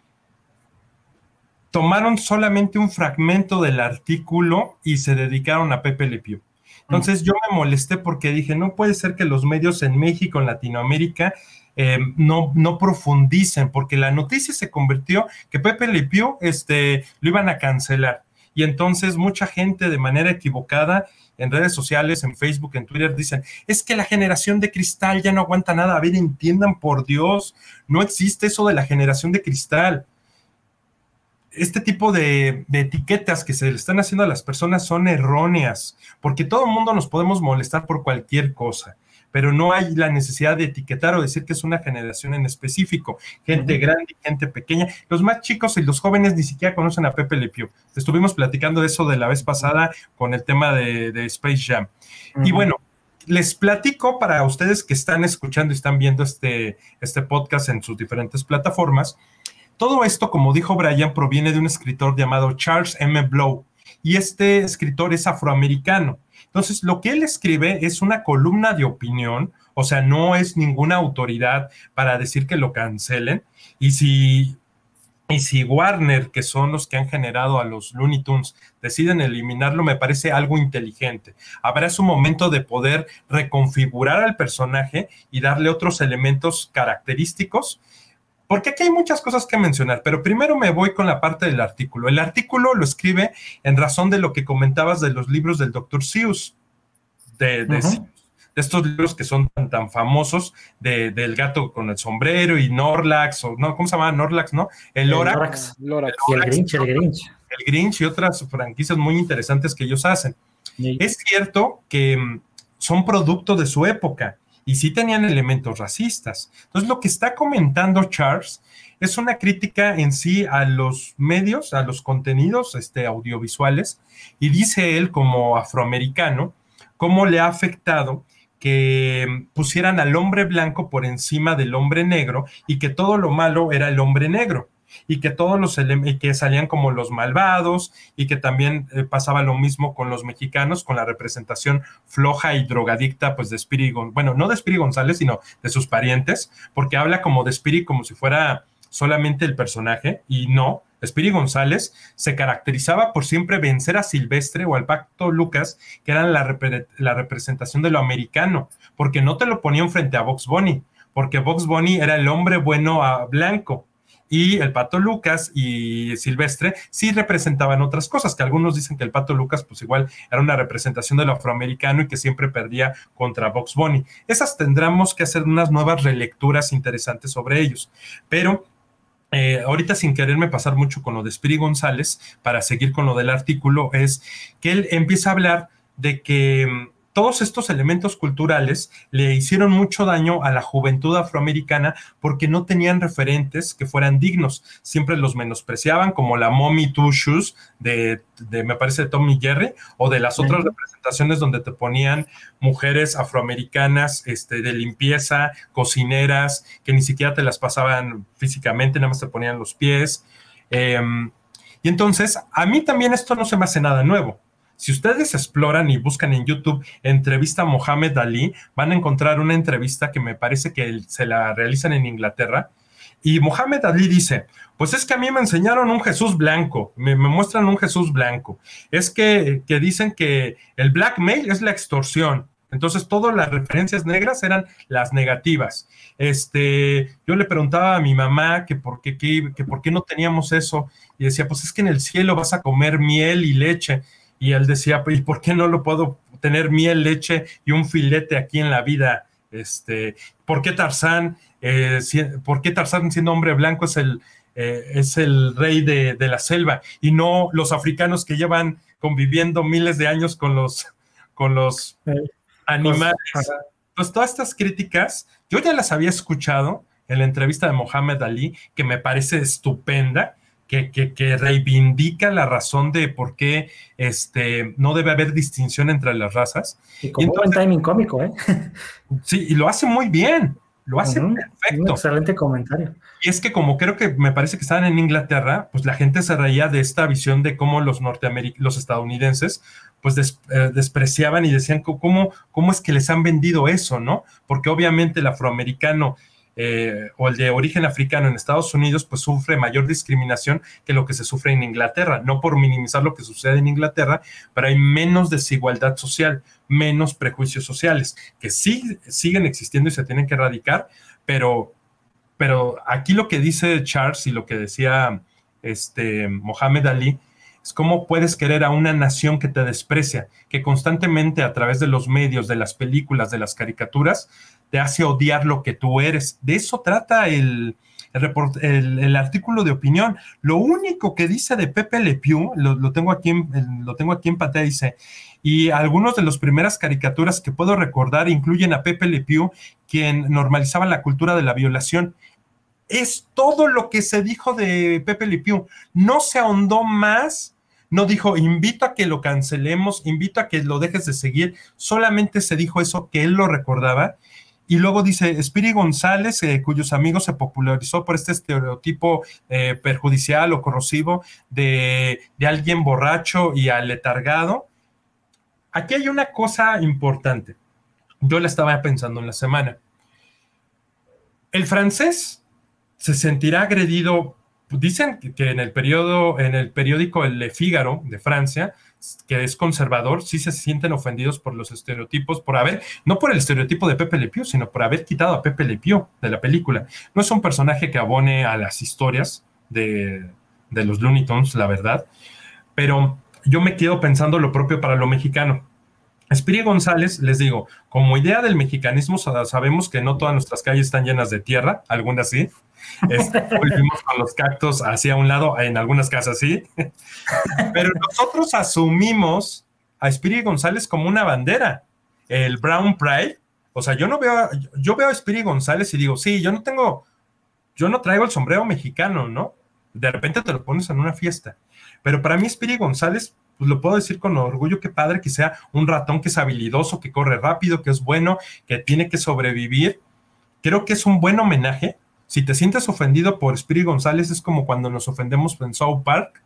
tomaron solamente un fragmento del artículo y se dedicaron a Pepe Le Pew. Entonces yo me molesté porque dije, no puede ser que los medios en México, en Latinoamérica, eh, no, no profundicen, porque la noticia se convirtió que Pepe Le Pew este, lo iban a cancelar. Y entonces mucha gente de manera equivocada en redes sociales, en Facebook, en Twitter, dicen, es que la generación de cristal ya no aguanta nada. A ver, entiendan por Dios, no existe eso de la generación de cristal. Este tipo de, de etiquetas que se le están haciendo a las personas son erróneas, porque todo el mundo nos podemos molestar por cualquier cosa, pero no hay la necesidad de etiquetar o decir que es una generación en específico, gente uh-huh. grande y gente pequeña. Los más chicos y los jóvenes ni siquiera conocen a Pepe Le Pew. Estuvimos platicando de eso de la vez pasada con el tema de, de Space Jam. Uh-huh. Y bueno, les platico para ustedes que están escuchando y están viendo este, este podcast en sus diferentes plataformas. Todo esto, como dijo Brian, proviene de un escritor llamado Charles M. Blow, y este escritor es afroamericano. Entonces, lo que él escribe es una columna de opinión, o sea, no es ninguna autoridad para decir que lo cancelen, y si, y si Warner, que son los que han generado a los Looney Tunes, deciden eliminarlo, me parece algo inteligente. Habrá su momento de poder reconfigurar al personaje y darle otros elementos característicos, porque aquí hay muchas cosas que mencionar, pero primero me voy con la parte del artículo. El artículo lo escribe en razón de lo que comentabas de los libros del doctor Seuss, de, de, uh-huh. de estos libros que son tan, tan famosos, de, del gato con el sombrero y Norlax, o no, ¿cómo se llama? Norlax, ¿no? El Lorax. El Lorax. Y el Grinch, el Grinch. El Grinch y otras franquicias muy interesantes que ellos hacen. Sí. Es cierto que um, son producto de su época, y sí tenían elementos racistas. Entonces, lo que está comentando Charles es una crítica en sí a los medios, a los contenidos este, audiovisuales, y dice él, como afroamericano, cómo le ha afectado que pusieran al hombre blanco por encima del hombre negro, y que todo lo malo era el hombre negro, y que todos los ele- que salían como los malvados, y que también eh, pasaba lo mismo con los mexicanos, con la representación floja y drogadicta, pues de Speedy González, bueno, no de Speedy González, sino de sus parientes, porque habla como de Speedy como si fuera solamente el personaje, y no, Speedy González se caracterizaba por siempre vencer a Silvestre o al Pato Lucas, que eran la, repre- la representación de lo americano, porque no te lo ponían frente a Bugs Bunny, porque Bugs Bunny era el hombre bueno a blanco, y el Pato Lucas y Silvestre sí representaban otras cosas, que algunos dicen que el Pato Lucas pues igual era una representación del afroamericano y que siempre perdía contra Bugs Bunny. Esas tendremos que hacer unas nuevas relecturas interesantes sobre ellos, pero eh, ahorita sin quererme pasar mucho con lo de Speedy González, para seguir con lo del artículo, es que él empieza a hablar de que todos estos elementos culturales le hicieron mucho daño a la juventud afroamericana porque no tenían referentes que fueran dignos. Siempre los menospreciaban, como la Mommy Two Shoes de, de, me parece, de Tom y Jerry, o de las otras uh-huh. representaciones donde te ponían mujeres afroamericanas este, de limpieza, cocineras, que ni siquiera te las pasaban físicamente, nada más te ponían los pies. Eh, y entonces, a mí también esto no se me hace nada nuevo. Si ustedes exploran y buscan en YouTube entrevista a Mohamed Ali, van a encontrar una entrevista que me parece que se la realizan en Inglaterra, y Mohamed Ali dice, pues es que a mí me enseñaron un Jesús blanco, me, me muestran un Jesús blanco, es que, que dicen que el blackmail es la extorsión, entonces todas las referencias negras eran las negativas. Este, yo le preguntaba a mi mamá que por qué, que, que por qué no teníamos eso, y decía, pues es que en el cielo vas a comer miel y leche. Y él decía, ¿y por qué no lo puedo tener miel, leche y un filete aquí en la vida? Este, ¿por qué Tarzán, eh, si, por qué Tarzán siendo hombre blanco es el, eh, es el rey de, de la selva y no los africanos que llevan conviviendo miles de años con los, con los eh, animales? Pues, pues todas estas críticas, yo ya las había escuchado en la entrevista de Mohamed Ali, que me parece estupenda, que, que, que reivindica la razón de por qué este, no debe haber distinción entre las razas. Y con y entonces, buen timing cómico, ¿eh? Sí, y lo hace muy bien, lo hace uh-huh. perfecto. Un excelente comentario. Y es que como creo que me parece que estaban en Inglaterra, pues la gente se reía de esta visión de cómo los norteamericanos, los estadounidenses, pues des, eh, despreciaban y decían cómo, cómo es que les han vendido eso, ¿no? Porque obviamente el afroamericano eh, o el de origen africano en Estados Unidos, pues sufre mayor discriminación que lo que se sufre en Inglaterra. No por minimizar lo que sucede en Inglaterra, pero hay menos desigualdad social, menos prejuicios sociales, que sí siguen existiendo y se tienen que erradicar, pero, pero aquí lo que dice Charles y lo que decía este, Mohamed Ali, es cómo puedes querer a una nación que te desprecia, que constantemente a través de los medios, de las películas, de las caricaturas, te hace odiar lo que tú eres. De eso trata el, el, report, el, el artículo de opinión. Lo único que dice de Pepe Le Pew, lo, lo, tengo aquí en, lo tengo aquí en pantalla, dice, y algunos de las primeras caricaturas que puedo recordar incluyen a Pepe Le Pew, quien normalizaba la cultura de la violación. Es todo lo que se dijo de Pepe Le Pew. No se ahondó más, no dijo, invito a que lo cancelemos, invito a que lo dejes de seguir. Solamente se dijo eso, que él lo recordaba. Y luego dice, Speedy González, eh, cuyos amigos se popularizó por este estereotipo eh, perjudicial o corrosivo de, de alguien borracho y aletargado. Aquí hay una cosa importante. Yo la estaba pensando en la semana. El francés se sentirá agredido. Dicen que en el periodo, en el periódico El Le Figaro de Francia, que es conservador, sí se sienten ofendidos por los estereotipos, por haber, no por el estereotipo de Pepe Le Pew, sino por haber quitado a Pepe Le Pew de la película. No es un personaje que abone a las historias de, de los Looney Tunes, la verdad, pero yo me quedo pensando lo propio para lo mexicano. Speedy González, les digo, como idea del mexicanismo, sabemos que no todas nuestras calles están llenas de tierra, algunas sí. Este, volvimos con los cactus hacia un lado, en algunas casas sí. Pero nosotros asumimos a Speedy González como una bandera, el Brown Pride. O sea, yo no veo, yo veo a Speedy González y digo, sí, yo no tengo, yo no traigo el sombrero mexicano, ¿no? De repente te lo pones en una fiesta. Pero para mí Speedy González, pues lo puedo decir con orgullo, qué padre que sea un ratón que es habilidoso, que corre rápido, que es bueno, que tiene que sobrevivir. Creo que es un buen homenaje. Si te sientes ofendido por Speedy González, es como cuando nos ofendemos en South Park.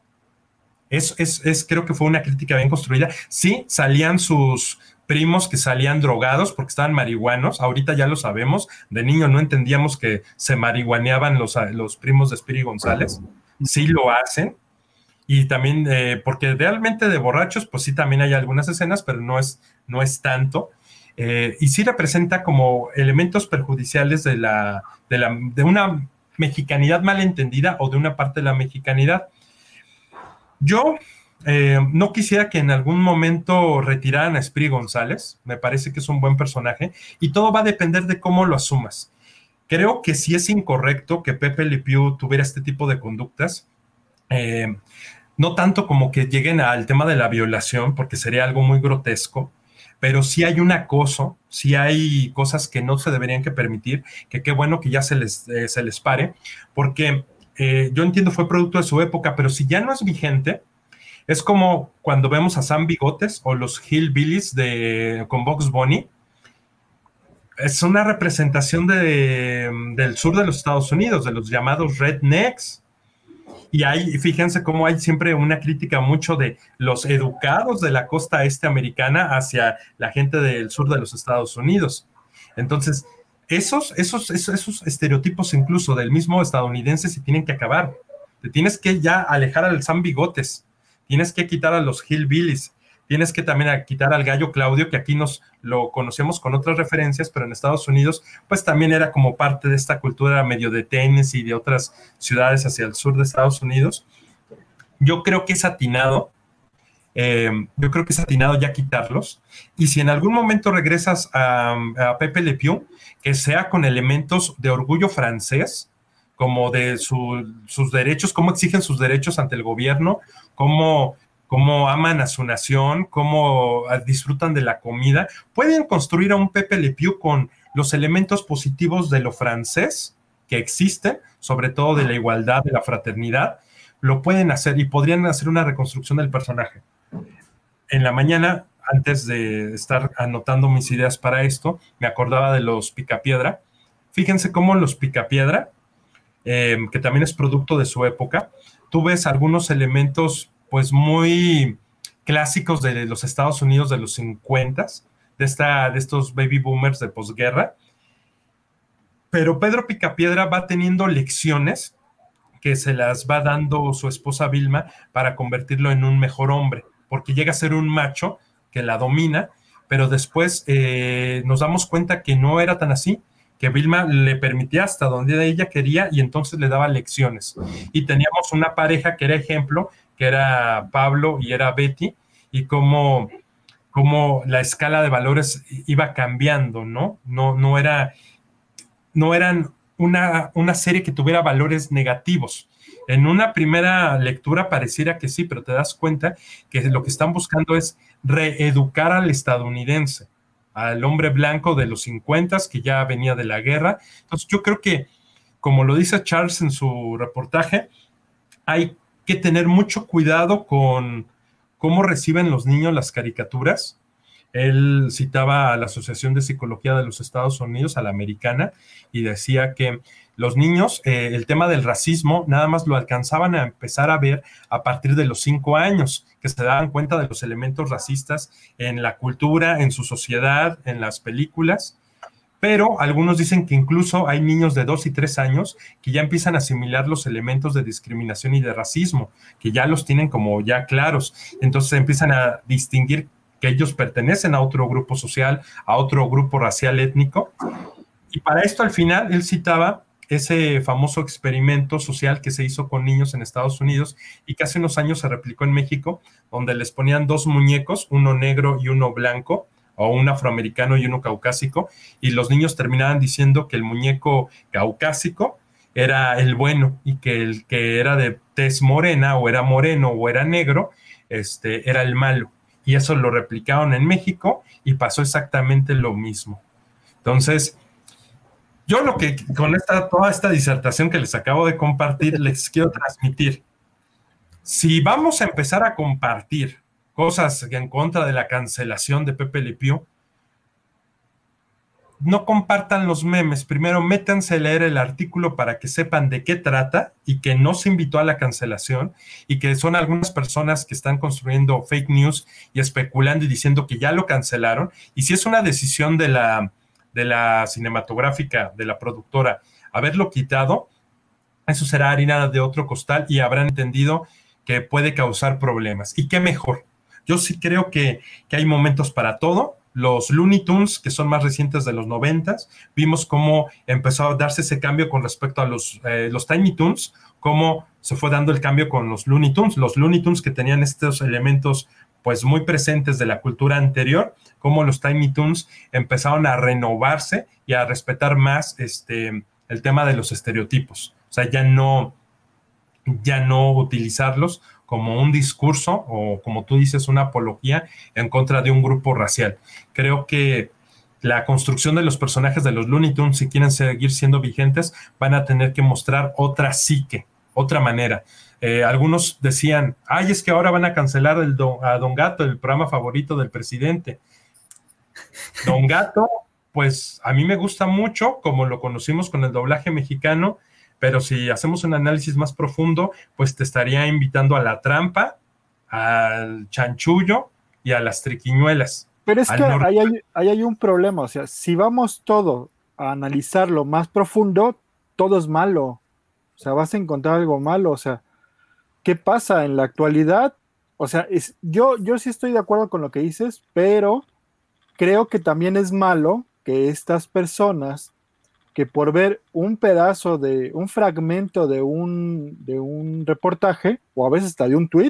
Es, es, es, creo que fue una crítica bien construida. Sí, salían sus primos que salían drogados porque estaban marihuanos. Ahorita ya lo sabemos. De niño no entendíamos que se marihuaneaban los, los primos de Speedy González. Sí lo hacen. Y también, eh, porque realmente de borrachos, pues sí también hay algunas escenas, pero no es, no es tanto. Eh, y sí representa como elementos perjudiciales de, la, de, la, de una mexicanidad malentendida o de una parte de la mexicanidad. Yo eh, no quisiera que en algún momento retiraran a Speedy González. Me parece que es un buen personaje y todo va a depender de cómo lo asumas. Creo que sí es incorrecto que Pepe Le Pew tuviera este tipo de conductas. Eh, no tanto como que lleguen al tema de la violación, porque sería algo muy grotesco, pero sí hay un acoso, sí hay cosas que no se deberían que permitir, que qué bueno que ya se les, eh, se les pare, porque eh, yo entiendo fue producto de su época, pero si ya no es vigente, es como cuando vemos a Sam Bigotes o los Hillbillies de, con Bugs Bunny. Es una representación de, del sur de los Estados Unidos, de los llamados rednecks. Y ahí, fíjense cómo hay siempre una crítica mucho de los educados de la costa este americana hacia la gente del sur de los Estados Unidos. Entonces, esos, esos, esos, esos estereotipos incluso del mismo estadounidense se tienen que acabar. Te tienes que ya alejar al Sam Bigotes, tienes que quitar a los Hillbillies, tienes que también quitar al Gallo Claudio, que aquí nos lo conocemos con otras referencias, pero en Estados Unidos, pues también era como parte de esta cultura medio de Tennessee y de otras ciudades hacia el sur de Estados Unidos. Yo creo que es atinado, eh, yo creo que es atinado ya quitarlos, y si en algún momento regresas a, a Pepe Le Pew, que sea con elementos de orgullo francés, como de su, sus derechos, cómo exigen sus derechos ante el gobierno, cómo... cómo aman a su nación, cómo disfrutan de la comida. Pueden construir a un Pepe Le Pew con los elementos positivos de lo francés que existen, sobre todo de la igualdad, de la fraternidad, lo pueden hacer y podrían hacer una reconstrucción del personaje. En la mañana, antes de estar anotando mis ideas para esto, me acordaba de los Picapiedra. Fíjense cómo los Picapiedra, eh, que también es producto de su época, tú ves algunos elementos pues muy clásicos de los Estados Unidos de los cincuenta, de, esta, de estos baby boomers de posguerra, pero Pedro Picapiedra va teniendo lecciones que se las va dando su esposa Vilma para convertirlo en un mejor hombre, porque llega a ser un macho que la domina, pero después eh, nos damos cuenta que no era tan así, que Vilma le permitía hasta donde ella quería y entonces le daba lecciones. Y teníamos una pareja que era ejemplo, que era Pablo y era Betty, y cómo, cómo la escala de valores iba cambiando, ¿no? No, no, era, no eran una, una serie que tuviera valores negativos. En una primera lectura pareciera que sí, pero te das cuenta que lo que están buscando es reeducar al estadounidense, al hombre blanco de los cincuenta, que ya venía de la guerra. Entonces yo creo que, como lo dice Charles en su reportaje, hay que tener mucho cuidado con cómo reciben los niños las caricaturas. Él citaba a la Asociación de Psicología de los Estados Unidos, a la americana, y decía que los niños, eh, el tema del racismo, nada más lo alcanzaban a empezar a ver a partir de los cinco años, que se daban cuenta de los elementos racistas en la cultura, en su sociedad, en las películas. Pero algunos dicen que incluso hay niños de dos y tres años que ya empiezan a asimilar los elementos de discriminación y de racismo, que ya los tienen como ya claros. Entonces empiezan a distinguir que ellos pertenecen a otro grupo social, a otro grupo racial étnico. Y para esto, al final, él citaba ese famoso experimento social que se hizo con niños en Estados Unidos y que hace unos años se replicó en México, donde les ponían dos muñecos, uno negro y uno blanco, o un afroamericano y uno caucásico, y los niños terminaban diciendo que el muñeco caucásico era el bueno y que el que era de tez morena o era moreno o era negro, este, era el malo. Y eso lo replicaron en México y pasó exactamente lo mismo. Entonces, yo lo que con esta, toda esta disertación que les acabo de compartir, les quiero transmitir. Si vamos a empezar a compartir cosas en contra de la cancelación de Pepe Le Pew, no compartan los memes. Primero métanse a leer el artículo para que sepan de qué trata y que no se invitó a la cancelación y que son algunas personas que están construyendo fake news y especulando y diciendo que ya lo cancelaron. Y si es una decisión de la, de la cinematográfica, de la productora, haberlo quitado, eso será harina de otro costal y habrán entendido que puede causar problemas. ¿Y qué mejor? Yo sí creo que, que hay momentos para todo. Los Looney Tunes, que son más recientes de los noventas, vimos cómo empezó a darse ese cambio con respecto a los, eh, los Tiny Toons, cómo se fue dando el cambio con los Looney Tunes, los Looney Tunes que tenían estos elementos pues muy presentes de la cultura anterior, cómo los Tiny Toons empezaron a renovarse y a respetar más este, el tema de los estereotipos. O sea, ya no, ya no utilizarlos como un discurso o, como tú dices, una apología en contra de un grupo racial. Creo que la construcción de los personajes de los Looney Tunes, si quieren seguir siendo vigentes, van a tener que mostrar otra psique, otra manera. Eh, algunos decían, ay, es que ahora van a cancelar el do, a Don Gato, el programa favorito del presidente. Don Gato, pues a mí me gusta mucho, como lo conocimos con el doblaje mexicano, pero si hacemos un análisis más profundo, pues te estaría invitando a la trampa, al chanchullo y a las triquiñuelas. Pero es que ahí hay, ahí hay un problema, o sea, si vamos todo a analizarlo más profundo, todo es malo, o sea, vas a encontrar algo malo, o sea, ¿qué pasa en la actualidad? O sea, es, yo, yo sí estoy de acuerdo con lo que dices, pero creo que también es malo que estas personas que por ver un pedazo de, un fragmento de un, de un reportaje, o a veces hasta de un tweet,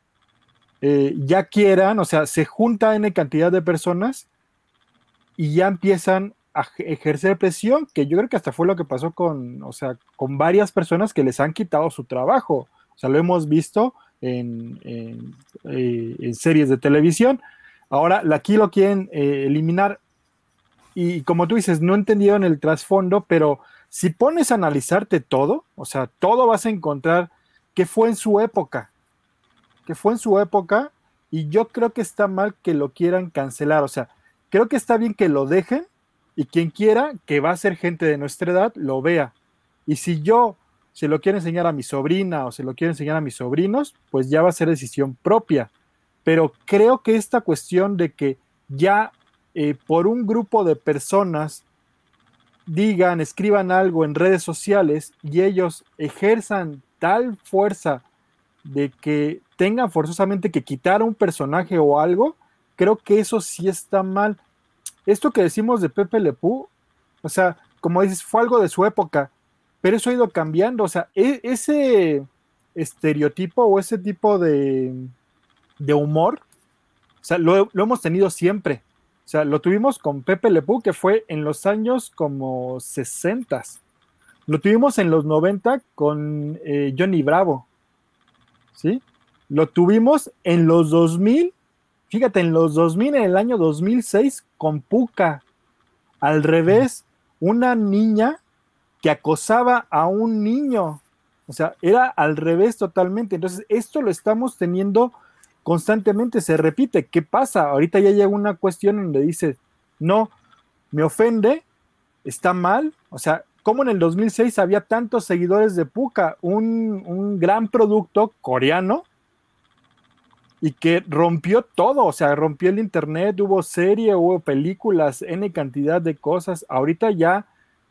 eh, ya quieran, o sea, se junta N cantidad de personas y ya empiezan a ejercer presión, que yo creo que hasta fue lo que pasó con, o sea, con varias personas que les han quitado su trabajo. O sea, lo hemos visto en, en, eh, en series de televisión. Ahora, aquí lo quieren eh, eliminar. Y como tú dices, no entendieron el trasfondo, pero si pones a analizarte todo, o sea, todo vas a encontrar que fue en su época, que fue en su época, y yo creo que está mal que lo quieran cancelar, o sea, creo que está bien que lo dejen, y quien quiera, que va a ser gente de nuestra edad, lo vea, y si yo se lo quiero enseñar a mi sobrina, o se lo quiero enseñar a mis sobrinos, pues ya va a ser decisión propia, pero creo que esta cuestión de que ya eh, por un grupo de personas digan, escriban algo en redes sociales y ellos ejerzan tal fuerza de que tengan forzosamente que quitar a un personaje o algo, creo que eso sí está mal. Esto que decimos de Pepe Le Pew, o sea, como dices, fue algo de su época, pero eso ha ido cambiando, o sea, e- ese estereotipo o ese tipo de, de humor, o sea, lo, lo hemos tenido siempre. O sea, lo tuvimos con Pepe Le Pew, que fue en los años como sesenta. Lo tuvimos en los noventa con eh, Johnny Bravo. ¿Sí? Lo tuvimos en los dos mil. Fíjate, en los dos mil, en el año dos mil seis, con Pucca. Al revés, una niña que acosaba a un niño. O sea, era al revés totalmente. Entonces, esto lo estamos teniendo constantemente, se repite. ¿Qué pasa? Ahorita ya llega una cuestión donde dice, no, me ofende, está mal. O sea, ¿cómo en el dos mil seis había tantos seguidores de Pucca? Un, un gran producto coreano y que rompió todo, o sea, rompió el internet, hubo serie, hubo películas, N cantidad de cosas. Ahorita ya,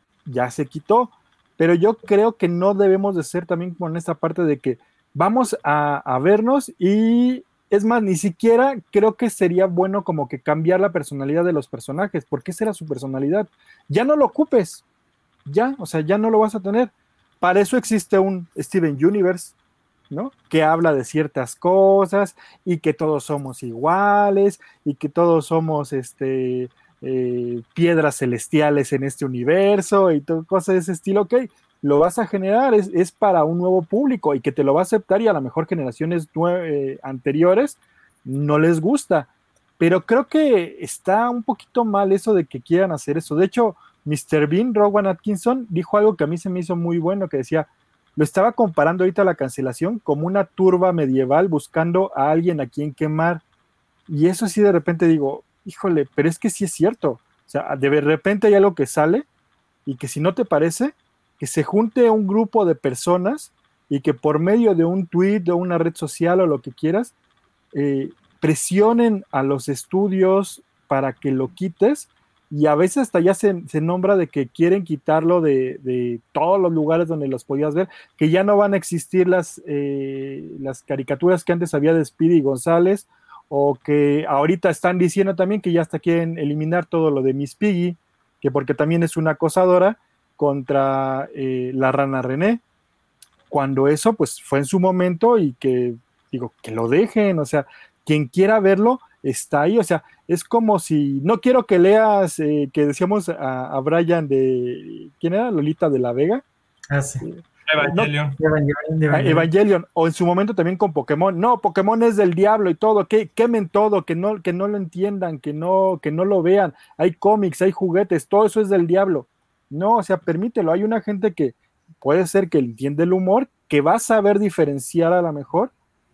ya se quitó. Pero yo creo que no debemos de ser también con esta parte de que vamos a, a vernos y es más, ni siquiera creo que sería bueno como que cambiar la personalidad de los personajes, porque esa era su personalidad. Ya no lo ocupes, ya, o sea, ya no lo vas a tener. Para eso existe un Steven Universe, ¿no? Que habla de ciertas cosas y que todos somos iguales y que todos somos este, eh, piedras celestiales en este universo y todo, cosas de ese estilo. Ok, lo vas a generar, es, es para un nuevo público y que te lo va a aceptar y a lo mejor generaciones eh, anteriores no les gusta, pero creo que está un poquito mal eso de que quieran hacer eso. De hecho, mister Bean, Rowan Atkinson, dijo algo que a mí se me hizo muy bueno, que decía, lo estaba comparando ahorita la cancelación como una turba medieval buscando a alguien a quien quemar, y eso sí de repente digo, híjole, pero es que sí es cierto, o sea, de repente hay algo que sale y que si no te parece, que se junte un grupo de personas y que por medio de un tweet, de una red social o lo que quieras, eh, presionen a los estudios para que lo quites, y a veces hasta ya se, se nombra de que quieren quitarlo de, de todos los lugares donde los podías ver, que ya no van a existir las, eh, las caricaturas que antes había de Speedy González, o que ahorita están diciendo también que ya hasta quieren eliminar todo lo de Miss Piggy, que porque también es una acosadora contra eh, la rana René, cuando eso pues fue en su momento y que digo, que lo dejen, o sea, quien quiera verlo está ahí, o sea, es como si, no quiero que leas, eh, que decíamos a, a Brian de, ¿quién era? Lolita de la Vega. Ah, sí. Eh, Evangelion. No, Evangelion, Evangelion. Evangelion, o en su momento también con Pokémon, no, Pokémon es del diablo y todo, que quemen todo, que no, que no lo entiendan, que no, que no lo vean, hay cómics, hay juguetes, todo eso es del diablo. No, o sea, permítelo, hay una gente que puede ser que entiende el humor, que va a saber diferenciar a lo mejor,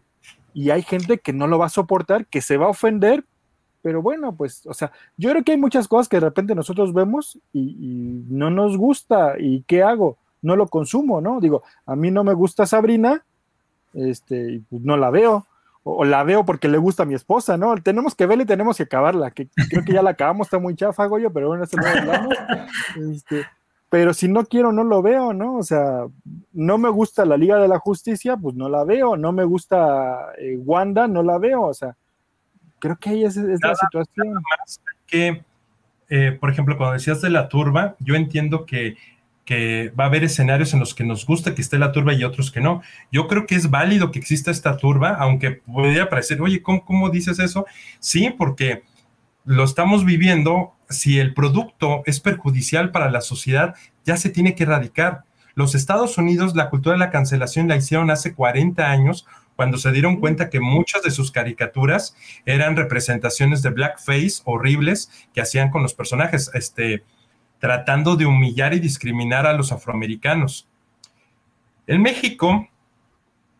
y hay gente que no lo va a soportar, que se va a ofender, pero bueno, pues, o sea, yo creo que hay muchas cosas que de repente nosotros vemos y, y no nos gusta, y ¿qué hago? No lo consumo, ¿no? Digo, a mí no me gusta Sabrina, este, pues no la veo, o, o la veo porque le gusta a mi esposa, ¿no? Tenemos que verla y tenemos que acabarla, que creo que ya la acabamos, está muy chafa, Goyo, pero bueno, eso no hablamos. Este, pero si no quiero, no lo veo, ¿no? O sea, no me gusta la Liga de la Justicia, pues no la veo, no me gusta eh, Wanda, no la veo, o sea, creo que ahí es, es nada, la situación. Nada más que, eh, por ejemplo, cuando decías de la turba, yo entiendo que que va a haber escenarios en los que nos gusta que esté la turba y otros que no. Yo creo que es válido que exista esta turba, aunque podría parecer, oye, ¿cómo, cómo dices eso? Sí, porque lo estamos viviendo. Si el producto es perjudicial para la sociedad, ya se tiene que erradicar. Los Estados Unidos, la cultura de la cancelación la hicieron hace cuarenta años, cuando se dieron cuenta que muchas de sus caricaturas eran representaciones de blackface horribles que hacían con los personajes, este... tratando de humillar y discriminar a los afroamericanos. En México,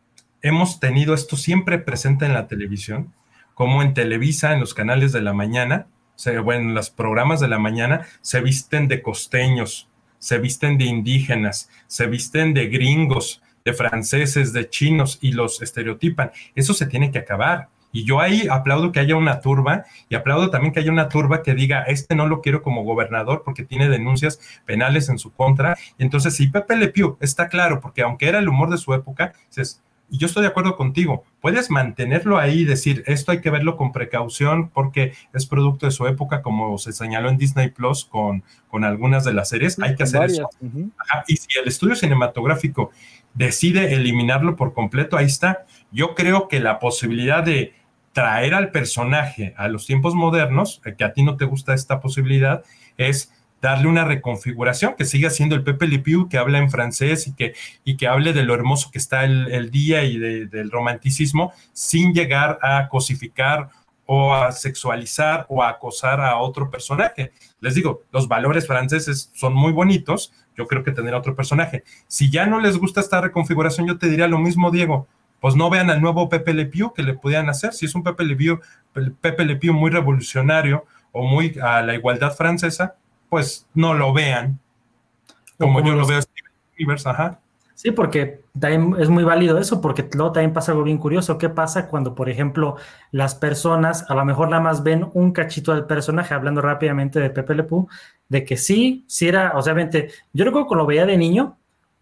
hemos tenido esto siempre presente en la televisión, como en Televisa, en los canales de la mañana, se, bueno, en los programas de la mañana, se visten de costeños, se visten de indígenas, se visten de gringos, de franceses, de chinos, y los estereotipan. Eso se tiene que acabar. Y yo ahí aplaudo que haya una turba, y aplaudo también que haya una turba que diga, este no lo quiero como gobernador porque tiene denuncias penales en su contra. Y entonces, si Pepe Le Pew está claro, porque aunque era el humor de su época, dices, y yo estoy de acuerdo contigo, puedes mantenerlo ahí y decir, esto hay que verlo con precaución porque es producto de su época, como se señaló en Disney Plus con, con algunas de las series, hay que hacer varias. eso. Uh-huh. Ajá, y si el estudio cinematográfico decide eliminarlo por completo, ahí está. Yo creo que la posibilidad de traer al personaje a los tiempos modernos, que a ti no te gusta esta posibilidad, es darle una reconfiguración, que siga siendo el Pepe Le Pew, que habla en francés y que, y que hable de lo hermoso que está el, el día y de, del romanticismo, sin llegar a cosificar o a sexualizar o a acosar a otro personaje. Les digo, los valores franceses son muy bonitos, yo creo que tener a otro personaje. Si ya no les gusta esta reconfiguración, yo te diría lo mismo, Diego, pues no vean al nuevo Pepe Le Pew que le pudieran hacer. Si es un Pepe Le Pew, Pepe Le Pew muy revolucionario o muy a la igualdad francesa, pues no lo vean como, como yo los... lo veo Steven Universe, ajá. Sí, porque también es muy válido eso, porque luego también pasa algo bien curioso. ¿Qué pasa cuando, por ejemplo, las personas a lo mejor nada más ven un cachito del personaje, hablando rápidamente de Pepe Le Pew, de que sí, sí era, o sea, obviamente, yo recuerdo que lo veía de niño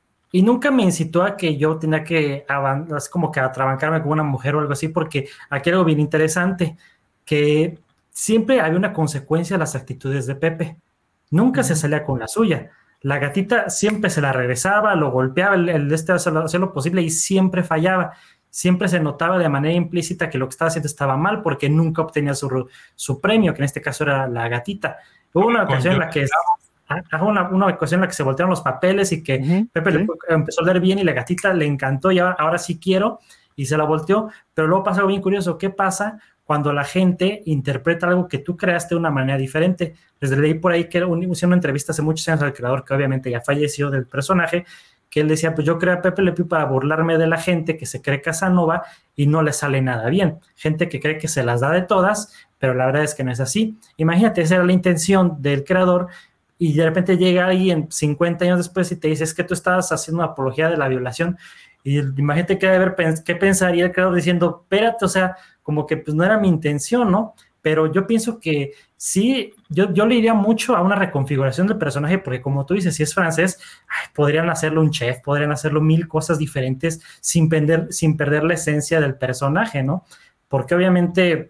y nunca me incitó a que yo tenía que avanzar, es como que atrabancarme con una mujer o algo así, porque aquí hay algo bien interesante, que siempre había una consecuencia a las actitudes de Pepe. Nunca se salía con la suya. La gatita siempre se la regresaba, lo golpeaba, el, el este hacía lo, lo posible y siempre fallaba. Siempre se notaba de manera implícita que lo que estaba haciendo estaba mal porque nunca obtenía su, su premio, que en este caso era la gatita. Hubo una ocasión en la que una, una ocasión en la que se voltearon los papeles y que uh-huh, Pepe ¿sí? le, empezó a leer bien y la gatita le encantó y ahora, ahora sí quiero y se la volteó. Pero luego pasa algo bien curioso. ¿Qué pasa cuando la gente interpreta algo que tú creaste de una manera diferente? Desde leí por ahí que hice una entrevista hace muchos años al creador, que obviamente ya falleció, del personaje, que él decía, pues yo creé a Pepe Le Pew para burlarme de la gente que se cree Casanova y no le sale nada bien. Gente que cree que se las da de todas, pero la verdad es que no es así. Imagínate, esa era la intención del creador y de repente llega alguien cincuenta años después y te dice, es que tú estabas haciendo una apología de la violación. Y imagínate qué, haber, qué pensaría el creador diciendo, espérate, o sea, como que pues no era mi intención, ¿no? Pero yo pienso que sí, yo, yo le iría mucho a una reconfiguración del personaje, porque como tú dices, si es francés, ay, podrían hacerlo un chef, podrían hacerlo mil cosas diferentes sin perder, sin perder la esencia del personaje, ¿no? Porque obviamente,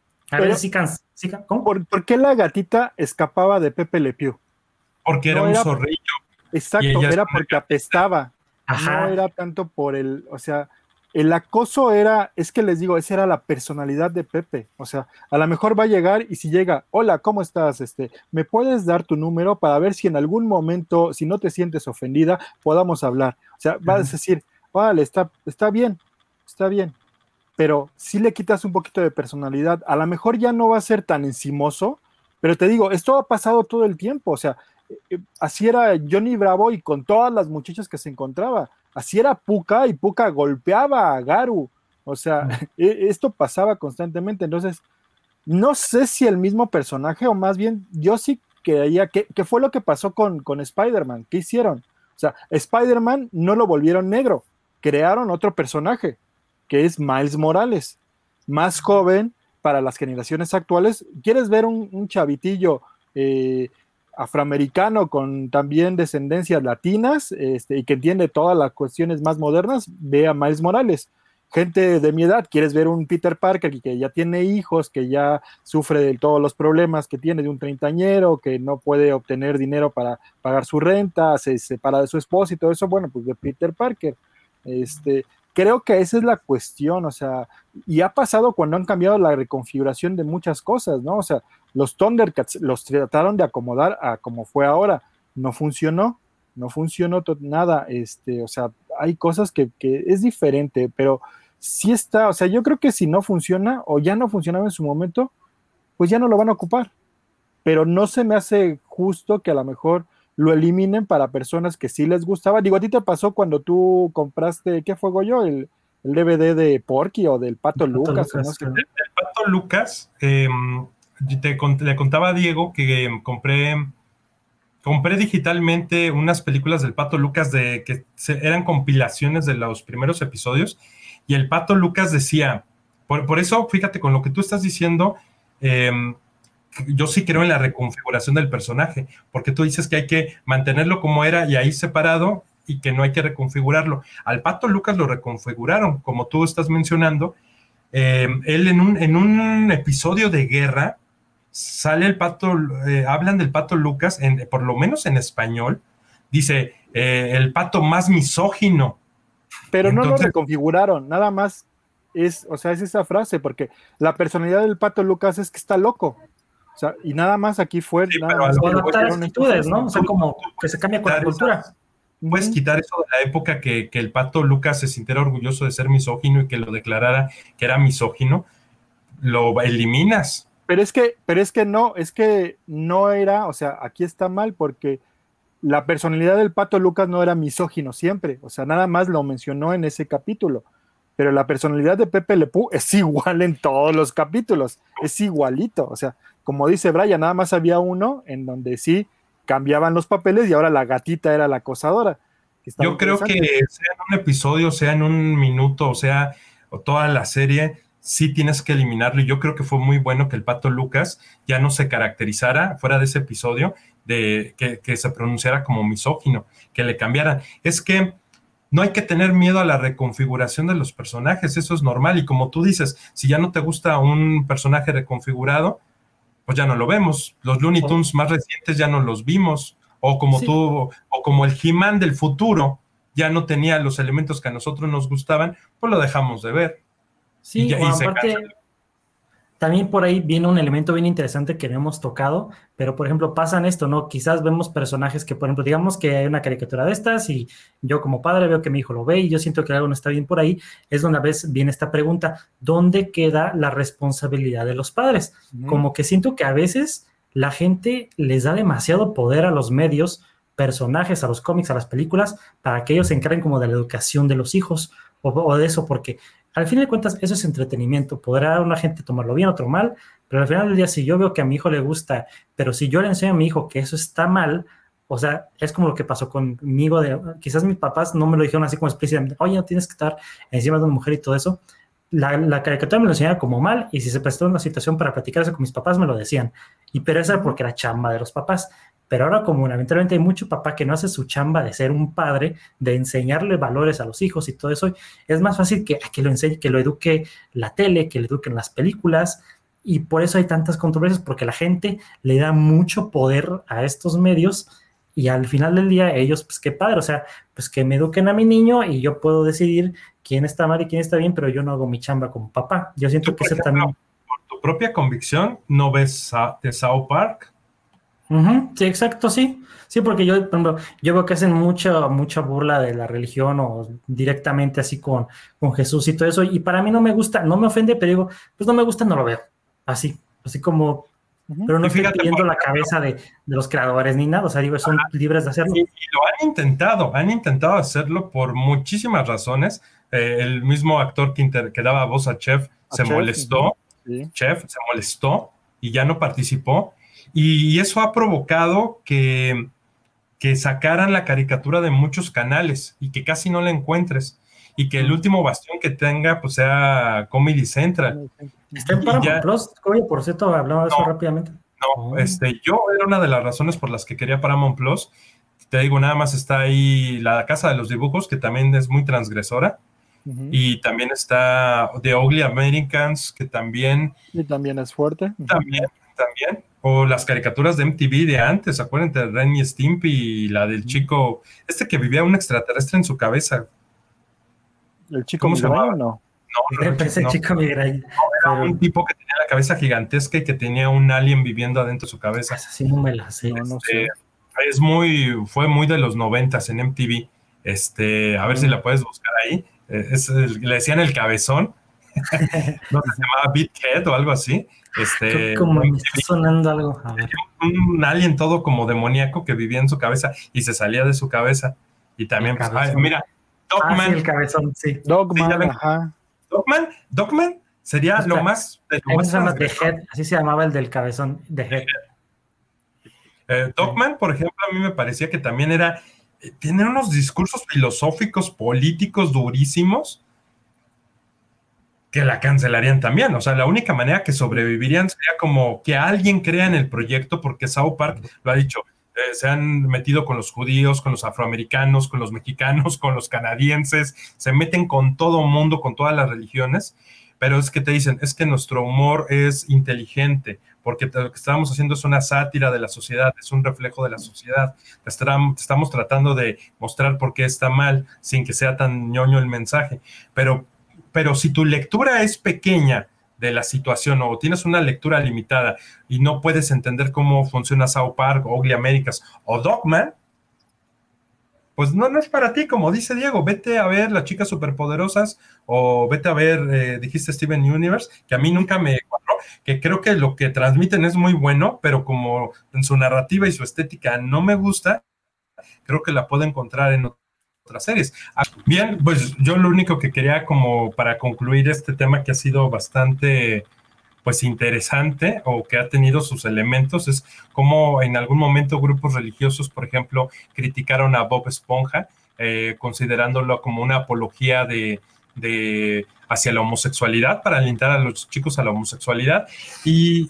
a ver si can, si can, ¿cómo? ¿Por, ¿Por qué la gatita escapaba de Pepe Le Pew? Porque era no un era, zorrillo. Exacto, era porque apestaba. Ajá. No era tanto por el, o sea, el acoso era, es que les digo, esa era la personalidad de Pepe, o sea, a lo mejor va a llegar y si llega, hola, ¿cómo estás? Este, ¿me puedes dar tu número para ver si en algún momento, si no te sientes ofendida, podamos hablar? O sea, vas uh-huh. a decir, vale, está, está bien, está bien, pero si le quitas un poquito de personalidad, a lo mejor ya no va a ser tan encimoso, pero te digo, esto ha pasado todo el tiempo, o sea, así era Johnny Bravo y con todas las muchachas que se encontraba, así era Pucca y Pucca golpeaba a Garu, o sea, mm. esto pasaba constantemente. Entonces no sé si el mismo personaje o más bien yo sí creía que, que fue lo que pasó con, con Spider-Man. ¿Qué hicieron? O sea, Spider-Man no lo volvieron negro, crearon otro personaje que es Miles Morales, más joven para las generaciones actuales. ¿Quieres ver un, un chavitillo eh, afroamericano con también descendencias latinas este, y que entiende todas las cuestiones más modernas? Ve a Miles Morales. Gente de mi edad, ¿quieres ver un Peter Parker que ya tiene hijos, que ya sufre de todos los problemas que tiene de un treintañero, que no puede obtener dinero para pagar su renta, se separa de su esposa y todo eso? Bueno, pues de Peter Parker. Este, creo que esa es la cuestión, o sea, y ha pasado cuando han cambiado la reconfiguración de muchas cosas, ¿no? O sea, los Thundercats los trataron de acomodar a como fue ahora, no funcionó, no funcionó to- nada, este, o sea, hay cosas que, que es diferente, pero sí está, o sea, yo creo que si no funciona o ya no funcionaba en su momento, pues ya no lo van a ocupar, pero no se me hace justo que a lo mejor lo eliminen para personas que sí les gustaba. Digo, a ti te pasó cuando tú compraste, ¿qué fue, Goyo? El, el D V D de Porky o del Pato, Pato Lucas. Lucas, No sé. ¿no? El Pato Lucas, eh, te cont- le contaba a Diego que compré, compré digitalmente unas películas del Pato Lucas de, que se- eran compilaciones de los primeros episodios, y el Pato Lucas decía, por, por eso, fíjate, con lo que tú estás diciendo, eh, yo sí creo en la reconfiguración del personaje, porque tú dices que hay que mantenerlo como era y ahí separado, y que no hay que reconfigurarlo. Al Pato Lucas lo reconfiguraron, como tú estás mencionando. Eh, él en un, en un episodio de guerra sale el Pato, eh, hablan del Pato Lucas, en, por lo menos en español, dice, eh, el Pato más misógino. Pero no lo Entonces- reconfiguraron, nada más es, o sea, es esa frase, porque la personalidad del Pato Lucas es que está loco. O sea, y nada más aquí fue, Sí, nada pero a más lo O que adaptar voy es- actitudes, ¿no? O sea, como que se cambia con la Quitar esas- cultura. Puedes quitar eso de la época que, que el Pato Lucas se sintiera orgulloso de ser misógino y que lo declarara que era misógino, lo eliminas. Pero es que, pero es que no, es que no era, o sea, aquí está mal porque la personalidad del Pato Lucas no era misógino siempre, o sea, nada más lo mencionó en ese capítulo, pero la personalidad de Pepe Le Pew es igual en todos los capítulos, es igualito, o sea, como dice Brian, nada más había uno en donde sí cambiaban los papeles y ahora la gatita era la acosadora. Que estaba Yo creo que interesante. sea en un episodio, sea en un minuto, o sea, o toda la serie, sí tienes que eliminarlo. Y yo creo que fue muy bueno que el Pato Lucas ya no se caracterizara fuera de ese episodio, de que, que se pronunciara como misógino, que le cambiaran. Es que no hay que tener miedo a la reconfiguración de los personajes, eso es normal. Y como tú dices, si ya no te gusta un personaje reconfigurado, pues ya no lo vemos. Los Looney Tunes más recientes ya no los vimos. O como Sí. tú, o como el He-Man del futuro ya no tenía los elementos que a nosotros nos gustaban, pues lo dejamos de ver. Sí, Y ya- o y se aparte, cansa. también por ahí viene un elemento bien interesante que no hemos tocado, pero por ejemplo pasan esto, ¿no? Quizás vemos personajes que, por ejemplo, digamos que hay una caricatura de estas y yo como padre veo que mi hijo lo ve y yo siento que algo no está bien por ahí, es donde a veces viene esta pregunta, ¿dónde queda la responsabilidad de los padres? Ujú. Como que siento que a veces la gente les da demasiado poder a los medios, personajes, a los cómics, a las películas, para que ellos se encarguen como de la educación de los hijos o, o de eso, porque al fin de cuentas eso es entretenimiento. Podrá una gente tomarlo bien, otro mal, pero al final del día, si yo veo que a mi hijo le gusta, pero si yo le enseño a mi hijo que eso está mal, o sea, es como lo que pasó conmigo, de, quizás mis papás no me lo dijeron así como explícitamente, oye, no tienes que estar encima de una mujer y todo eso. La, la caricatura me lo enseñaba como mal, y si se prestó una situación para platicar eso con mis papás, me lo decían. Y pero eso era porque era chamba de los papás. Pero ahora, como lamentablemente hay mucho papá que no hace su chamba de ser un padre, de enseñarle valores a los hijos y todo eso, es más fácil que, que lo enseñe, que lo eduque la tele, que lo eduquen las películas, y por eso hay tantas controversias, porque la gente le da mucho poder a estos medios, y al final del día ellos, pues qué padre, o sea, pues que me eduquen a mi niño y yo puedo decidir quién está mal y quién está bien, pero yo no hago mi chamba como papá. Yo siento Tú, que por ese ejemplo, también... por tu propia convicción, ¿no ves Sa- de South Park? Ujú, sí, exacto, sí. Sí, porque yo, por ejemplo, yo veo que hacen mucha, mucha burla de la religión o directamente así con, con Jesús y todo eso, y para mí no me gusta, no me ofende, pero digo, pues no me gusta, no lo veo. Así, así como, Ujú. pero no Y estoy fíjate, pidiendo por la ejemplo, cabeza de, de los creadores ni nada, o sea, digo, son libres de hacerlo. Y, y lo han intentado, han intentado hacerlo por muchísimas razones. Eh, el mismo actor que, inter- que daba voz a Chef A se Chef, molestó, Sí. Chef se molestó y ya no participó. Y, y eso ha provocado que, que sacaran la caricatura de muchos canales y que casi no la encuentres. Y que el último bastión que tenga pues sea Comedy Central. Está en y Paramount ya- Plus, oye, por cierto, hablamos de eso No. rápidamente. No, Oh. este, yo era una de las razones por las que quería Paramount Plus. Te digo, nada más está ahí La Casa de los Dibujos, que también es muy transgresora. Ujú. Y también está The Ugly Americans, que también, Y también es fuerte. Ujú. también, también. O las caricaturas de M T V de antes, acuérdense de Ren y Stimpy y la del chico, este que vivía un extraterrestre en su cabeza. El chico ¿Cómo se migraño, llamaba? no. No, no, Pensé, no, chico, mira, ahí, era pero un tipo que tenía la cabeza gigantesca y que tenía un alien viviendo adentro de su cabeza. esa sí no me la sé. No, no Este, sé. es muy, fue muy de los noventas en M T V. Este, a ver Mm. si la puedes buscar ahí. Eh, es el- le decían el cabezón. No sé, se llamaba Big Head o algo así. Este, Como me M T está V, sonando algo. A ver. un alien todo como demoníaco que vivía en su cabeza y se salía de su cabeza. Y también, El pues, cabezón. ay, mira, Dogman. Ah, sí, el cabezón, sí. Dogman, Sí, ajá. Dogman, Dogman sería Espera, lo más... De lo ahí más se llama The transgresor. Head, así se llamaba el del cabezón, The Head. Eh, Dogman, por ejemplo, a mí me parecía que también era... eh, Tiene unos discursos filosóficos, políticos durísimos que la cancelarían también. O sea, la única manera que sobrevivirían sería como que alguien crea en el proyecto, porque South Park lo ha dicho, eh, se han metido con los judíos, con los afroamericanos, con los mexicanos, con los canadienses, se meten con todo mundo, con todas las religiones, pero es que te dicen, es que nuestro humor es inteligente, porque te- lo que estamos haciendo es una sátira de la sociedad, es un reflejo de la sociedad, te estará- te estamos tratando de mostrar por qué está mal, sin que sea tan ñoño el mensaje, pero pero si tu lectura es pequeña de la situación o tienes una lectura limitada y no puedes entender cómo funciona South Park, Ugly Americas o Dogman, pues no, no es para ti, como dice Diego, vete a ver Las Chicas Superpoderosas o vete a ver, eh, dijiste Steven Universe, que a mí nunca me cuadró, que creo que lo que transmiten es muy bueno, pero como en su narrativa y su estética no me gusta, creo que la puedo encontrar en otras series. Bien, pues yo lo único que quería como para concluir este tema que ha sido bastante pues interesante o que ha tenido sus elementos es cómo en algún momento grupos religiosos, por ejemplo, criticaron a Bob Esponja, eh, considerándolo como una apología de, de hacia la homosexualidad, para alentar a los chicos a la homosexualidad y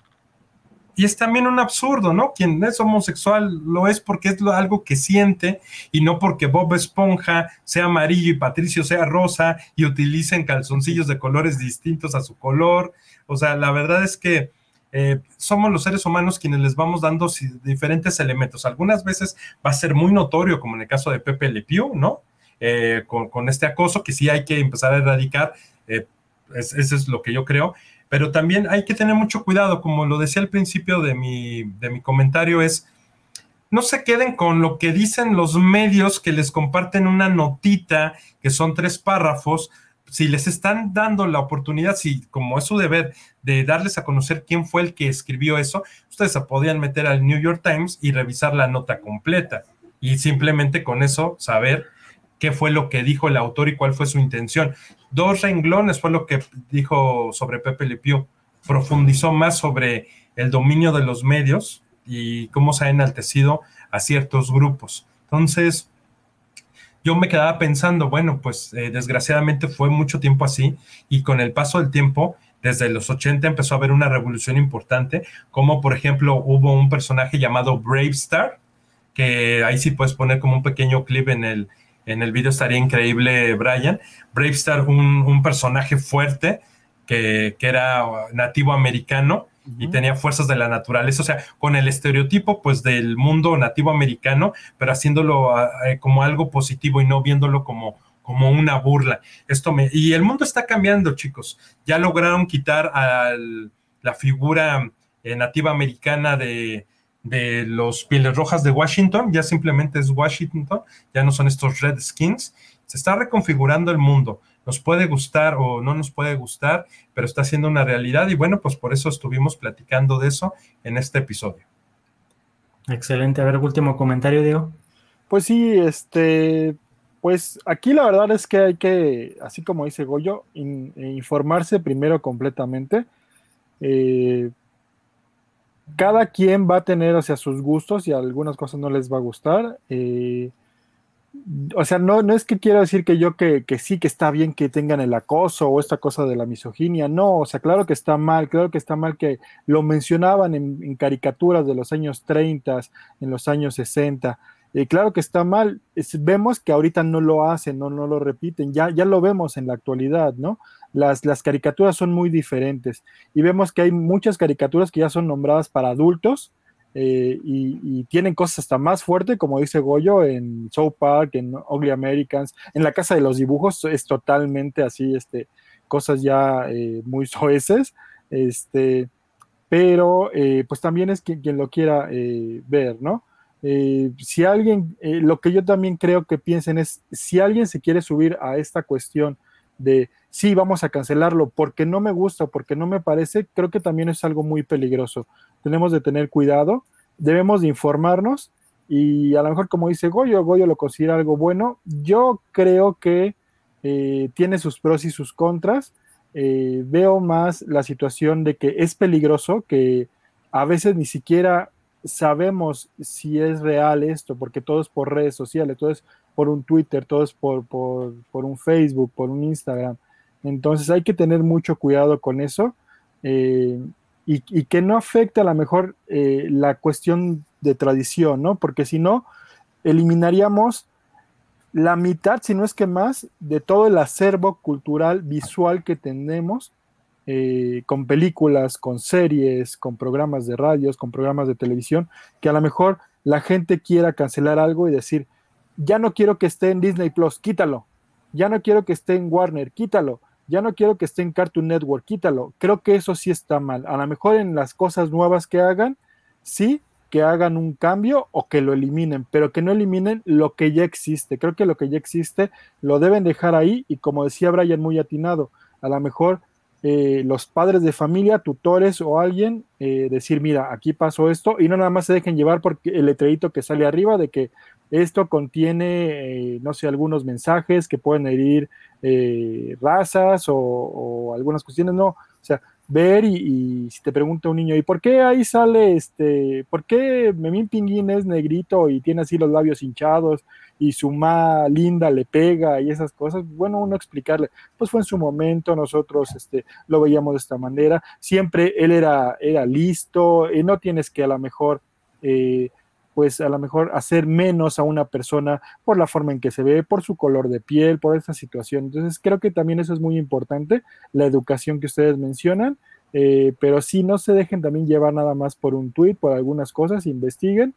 Y es también un absurdo, ¿no? Quien es homosexual lo es porque es lo, algo que siente y no porque Bob Esponja sea amarillo y Patricio sea rosa y utilicen calzoncillos de colores distintos a su color. O sea, la verdad es que eh, somos los seres humanos quienes les vamos dando si, diferentes elementos. Algunas veces va a ser muy notorio, como en el caso de Pepe Le Pew, ¿no? Eh, con, con este acoso que sí hay que empezar a erradicar. Eh, es, eso es lo que yo creo. Pero también hay que tener mucho cuidado, como lo decía al principio de mi, de mi comentario, es no se queden con lo que dicen los medios que les comparten una notita, que son tres párrafos. Si les están dando la oportunidad, si como es su deber, de darles a conocer quién fue el que escribió eso, ustedes se podían meter al New York Times y revisar la nota completa. Y simplemente con eso saber qué fue lo que dijo el autor y cuál fue su intención. Dos renglones fue lo que dijo sobre Pepe Le Pew. Profundizó más sobre el dominio de los medios y cómo se ha enaltecido a ciertos grupos. Entonces, yo me quedaba pensando, bueno, pues eh, desgraciadamente fue mucho tiempo así y con el paso del tiempo, desde los ochenta empezó a haber una revolución importante, como por ejemplo hubo un personaje llamado Bravestar, que ahí sí puedes poner como un pequeño clip en el, en el video, estaría increíble, Brian. Bravestar, un, un personaje fuerte que, que era nativo americano uh-huh. y tenía fuerzas de la naturaleza, o sea, con el estereotipo pues del mundo nativo americano, pero haciéndolo uh, como algo positivo y no viéndolo como, como una burla. Esto me, y el mundo está cambiando, chicos. Ya lograron quitar a la figura eh, nativa americana de de los Pieles Rojas de Washington, ya simplemente es Washington, ya no son estos Redskins. Se está reconfigurando el mundo, nos puede gustar o no nos puede gustar, pero está siendo una realidad y bueno, pues por eso estuvimos platicando de eso en este episodio. Excelente. A ver, último comentario, Diego. Pues sí, este, pues aquí la verdad es que hay que, así como dice Goyo, in, informarse primero completamente. Eh, Cada quien va a tener, o sea, sus gustos y algunas cosas no les va a gustar. Eh, o sea, no, no es que quiero decir que yo que, que sí, que está bien que tengan el acoso o esta cosa de la misoginia. No, o sea, claro que está mal, claro que está mal que lo mencionaban en, en caricaturas de los años treinta, en los años sesenta. Eh, claro que está mal. Es, vemos que ahorita no lo hacen, no, no lo repiten. Ya, ya lo vemos en la actualidad, ¿no? Las, las caricaturas son muy diferentes y vemos que hay muchas caricaturas que ya son nombradas para adultos eh, y, y tienen cosas hasta más fuertes, como dice Goyo, en South Park, en Ugly Americans, en La Casa de los Dibujos es totalmente así, este, cosas ya eh, muy soeces, este, pero eh, pues también es quien, quien lo quiera eh, ver, ¿no? Eh, si alguien, eh, lo que yo también creo que piensen es, si alguien se quiere subir a esta cuestión de sí, vamos a cancelarlo porque no me gusta, porque no me parece, creo que también es algo muy peligroso. Tenemos de tener cuidado, debemos de informarnos y a lo mejor como dice Goyo, Goyo lo considera algo bueno. Yo creo que eh, tiene sus pros y sus contras. Eh, veo más la situación de que es peligroso, que a veces ni siquiera sabemos si es real esto, porque todo es por redes sociales, todo es por un Twitter, todo es por, por, por un Facebook, por un Instagram. Entonces hay que tener mucho cuidado con eso, eh, y, y que no afecte a lo mejor eh, la cuestión de tradición, ¿no? Porque si no, eliminaríamos la mitad, si no es que más, de todo el acervo cultural visual que tenemos, eh, con películas, con series, con programas de radios, con programas de televisión, que a lo mejor la gente quiera cancelar algo y decir, ya no quiero que esté en Disney Plus, quítalo. Ya no quiero que esté en Warner, quítalo. Ya no quiero que esté en Cartoon Network, quítalo. Creo que eso sí está mal. A lo mejor en las cosas nuevas que hagan, sí, que hagan un cambio o que lo eliminen, pero que no eliminen lo que ya existe. Creo que lo que ya existe lo deben dejar ahí, y como decía Brian, muy atinado, a lo mejor eh, los padres de familia, tutores o alguien, eh, decir, mira, aquí pasó esto, y no nada más se dejen llevar porque el letrerito que sale arriba de que esto contiene, eh, no sé, algunos mensajes que pueden herir eh, razas o, o algunas cuestiones, no, o sea, ver y, y si te pregunta un niño, ¿y por qué ahí sale este, por qué Memín Pinguín es negrito y tiene así los labios hinchados y su ma linda le pega y esas cosas? Bueno, uno explicarle, pues fue en su momento, nosotros este, lo veíamos de esta manera, siempre él era, era listo, y no tienes que a lo mejor... Eh, pues a lo mejor hacer menos a una persona por la forma en que se ve, por su color de piel, por esa situación. Entonces creo que también eso es muy importante, la educación que ustedes mencionan, eh, pero sí, no se dejen también llevar nada más por un tweet, por algunas cosas, investiguen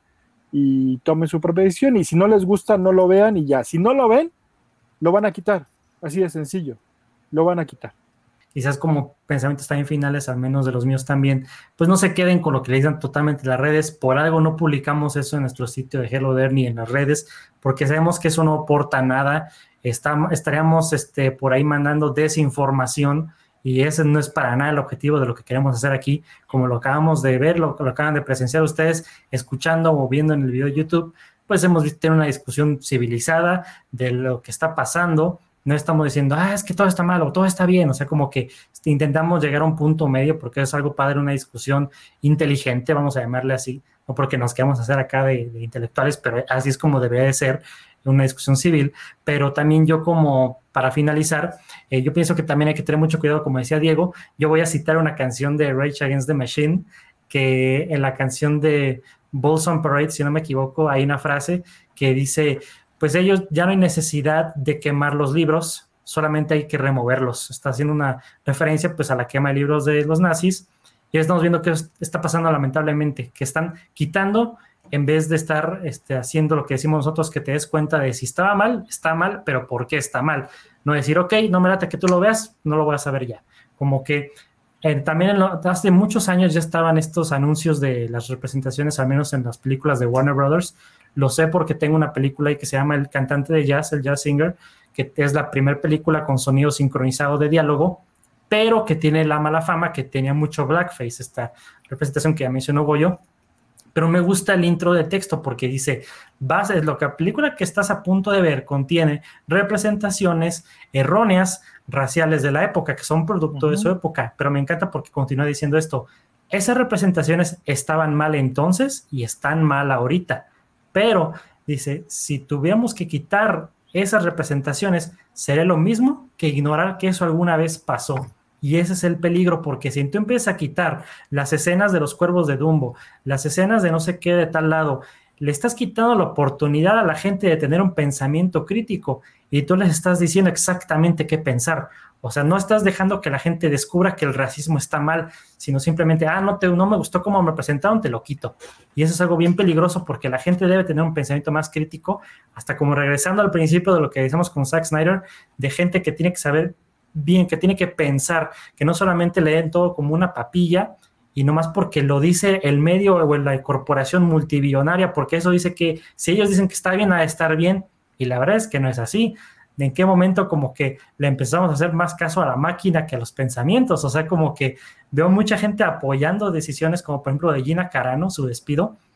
y tomen su propia decisión, y si no les gusta, no lo vean y ya. Si no lo ven, lo van a quitar, así de sencillo, lo van a quitar. Quizás como pensamientos también finales, al menos de los míos también, pues no se queden con lo que le dicen totalmente las redes. Por algo no publicamos eso en nuestro sitio de Hello There ni en las redes, porque sabemos que eso no aporta nada. Está, estaríamos este, por ahí mandando desinformación, y ese no es para nada el objetivo de lo que queremos hacer aquí, como lo acabamos de ver, lo, lo acaban de presenciar ustedes, escuchando o viendo en el video de YouTube. Pues hemos visto tener una discusión civilizada de lo que está pasando. No estamos diciendo, ah, es que todo está mal o todo está bien. O sea, como que intentamos llegar a un punto medio, porque es algo padre, una discusión inteligente, vamos a llamarle así, no porque nos queramos hacer acá de, de intelectuales, pero así es como debería de ser una discusión civil. Pero también yo, como para finalizar, eh, yo pienso que también hay que tener mucho cuidado, como decía Diego. Yo voy a citar una canción de Rage Against the Machine, que en la canción de Bulls on Parade, si no me equivoco, hay una frase que dice... pues ellos ya no hay necesidad de quemar los libros, solamente hay que removerlos. Está haciendo una referencia pues a la quema de libros de los nazis, y estamos viendo que está pasando lamentablemente, que están quitando en vez de estar este, haciendo lo que decimos nosotros, que te des cuenta de si estaba mal, está mal, pero ¿por qué está mal? No decir, ok, no me late que tú lo veas, no lo voy a saber ya. Como que eh, también en lo, hace muchos años ya estaban estos anuncios de las representaciones, al menos en las películas de Warner Brothers. Lo sé porque tengo una película ahí que se llama El cantante de jazz, el jazz singer, que es la primera película con sonido sincronizado de diálogo, pero que tiene la mala fama que tenía mucho blackface, esta representación que ya mencionó Goyo. Pero me gusta el intro de texto porque dice, vas, es lo que la película que estás a punto de ver contiene representaciones erróneas raciales de la época, que son producto uh-huh. de su época. Pero me encanta porque continúa diciendo esto, esas representaciones estaban mal entonces y están mal ahorita. Pero, dice, si tuviéramos que quitar esas representaciones, sería lo mismo que ignorar que eso alguna vez pasó. Y ese es el peligro, porque si tú empiezas a quitar las escenas de los cuervos de Dumbo, las escenas de no sé qué de tal lado, le estás quitando la oportunidad a la gente de tener un pensamiento crítico, y tú les estás diciendo exactamente qué pensar. O sea, no estás dejando que la gente descubra que el racismo está mal, sino simplemente, ah, no, te, no me gustó cómo me presentaron, te lo quito. Y eso es algo bien peligroso, porque la gente debe tener un pensamiento más crítico, hasta como regresando al principio de lo que decimos con Zack Snyder, de gente que tiene que saber bien, que tiene que pensar, que no solamente leen todo como una papilla, y nomás porque lo dice el medio o la corporación multibillonaria, porque eso dice que si ellos dicen que está bien, ha de estar bien, y la verdad es que no es así. ¿En qué momento como que le empezamos a hacer más caso a la máquina que a los pensamientos? O sea, como que veo mucha gente apoyando decisiones como por ejemplo de Gina Carano, su despido,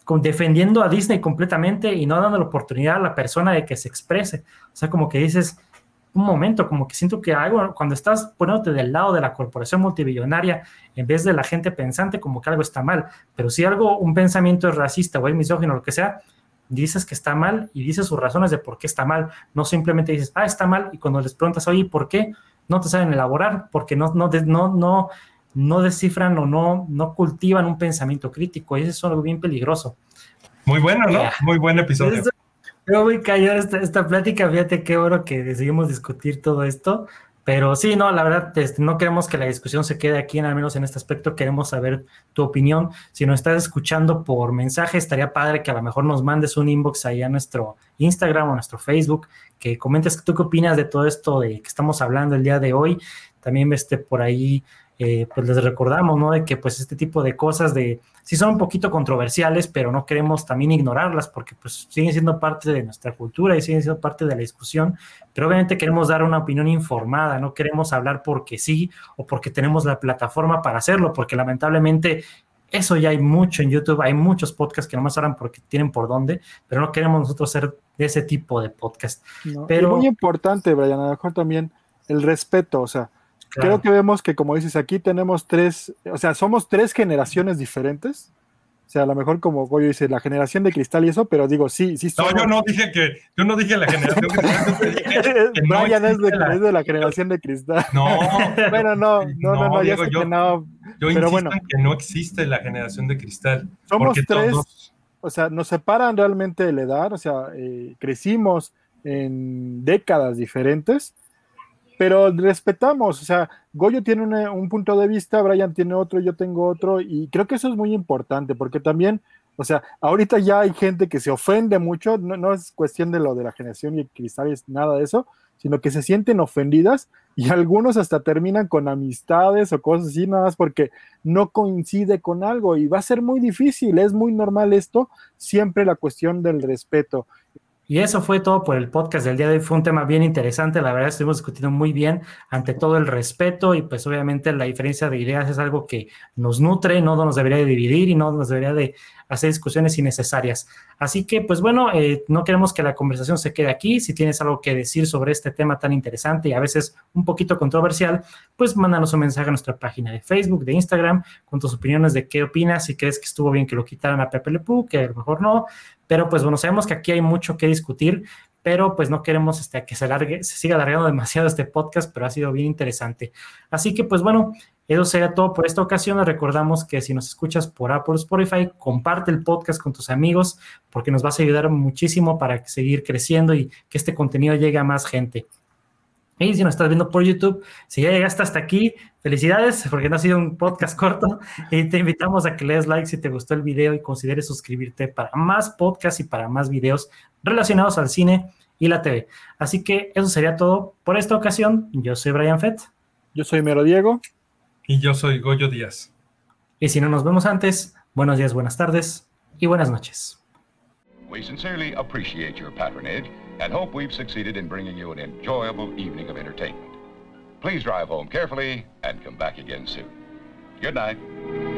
con, defendiendo a Disney completamente y no dando la oportunidad a la persona de que se exprese. O sea, como que dices, un momento, como que siento que algo, cuando estás poniéndote del lado de la corporación multibillonaria en vez de la gente pensante, como que algo está mal. Pero si algo, un pensamiento es racista o es misógino o lo que sea, dices que está mal y dices sus razones de por qué está mal. No simplemente dices, ah, está mal, y cuando les preguntas, oye, ¿por qué? No te saben elaborar, porque no, no, no, no, no descifran o no, no cultivan un pensamiento crítico, y eso es algo bien peligroso. Muy bueno, ¿no? Yeah. Muy buen episodio. Eso, yo voy a callar esta, esta plática, fíjate qué bueno que decidimos discutir todo esto, pero sí, no, la verdad, este, no queremos que la discusión se quede aquí, al menos en este aspecto, queremos saber tu opinión. Si nos estás escuchando por mensaje, estaría padre que a lo mejor nos mandes un inbox ahí a nuestro Instagram o nuestro Facebook, que comentes tú qué opinas de todo esto de que estamos hablando el día de hoy. También este, por ahí, eh, pues les recordamos, ¿no? De que pues este tipo de cosas de, sí son un poquito controversiales, pero no queremos también ignorarlas porque pues siguen siendo parte de nuestra cultura y siguen siendo parte de la discusión, pero obviamente queremos dar una opinión informada, no queremos hablar porque sí o porque tenemos la plataforma para hacerlo, porque lamentablemente eso ya hay mucho en YouTube, hay muchos podcasts que nomás hablan porque tienen por dónde, pero no queremos nosotros ser de ese tipo de podcast. No, pero y muy importante, Brian, a lo mejor también el respeto, o sea, claro. Creo que vemos que, como dices, aquí tenemos tres, o sea, somos tres generaciones diferentes. O sea, a lo mejor como Goyo dice, la generación de cristal y eso, pero digo, sí, sí somos... No, yo no dije que, yo no dije la generación de cristal. Que no Brian es de, la... es de la generación de cristal. No. Bueno, no, no, no, no, no Diego, ya sé yo, que no. Yo pero insisto bueno, en que no existe la generación de cristal. Somos tres, todos... o sea, nos separan realmente de la edad, o sea, eh, crecimos en décadas diferentes, pero respetamos, o sea, Goyo tiene una, un punto de vista, Brian tiene otro, yo tengo otro, y creo que eso es muy importante, porque también, o sea, ahorita ya hay gente que se ofende mucho, no, no es cuestión de lo de la generación y cristales, nada de eso, sino que se sienten ofendidas, y algunos hasta terminan con amistades o cosas así, nada más porque no coincide con algo, y va a ser muy difícil, es muy normal esto, siempre la cuestión del respeto. Y eso fue todo por el podcast del día de hoy. Fue un tema bien interesante, la verdad estuvimos discutiendo muy bien, ante todo el respeto y pues obviamente la diferencia de ideas es algo que nos nutre, no nos debería de dividir y no nos debería de hacer discusiones innecesarias. Así que pues bueno, eh, no queremos que la conversación se quede aquí. Si tienes algo que decir sobre este tema tan interesante y a veces un poquito controversial, pues mándanos un mensaje a nuestra página de Facebook, de Instagram, con tus opiniones de qué opinas, si crees que estuvo bien que lo quitaran a Pepe Le Pew, que a lo mejor no. Pero pues bueno, sabemos que aquí hay mucho que discutir, pero pues no queremos este, que se, alargue, se siga alargando demasiado este podcast, pero ha sido bien interesante. Así que pues bueno, eso sería todo por esta ocasión. Les recordamos que si nos escuchas por Apple o Spotify, comparte el podcast con tus amigos, porque nos vas a ayudar muchísimo para seguir creciendo y que este contenido llegue a más gente. Y si nos estás viendo por YouTube, si ya llegaste hasta aquí, felicidades, porque no ha sido un podcast corto, y te invitamos a que le des like si te gustó el video y consideres suscribirte para más podcasts y para más videos relacionados al cine y la T V. Así que eso sería todo por esta ocasión. Yo soy Brian Fett. Yo soy Mero Diego. Y yo soy Goyo Díaz. Y si no nos vemos antes, buenos días, buenas tardes y buenas noches. We sincerely appreciate your patronage and hope we've succeeded in bringing you an enjoyable evening of entertainment. Please drive home carefully and come back again soon. Good night.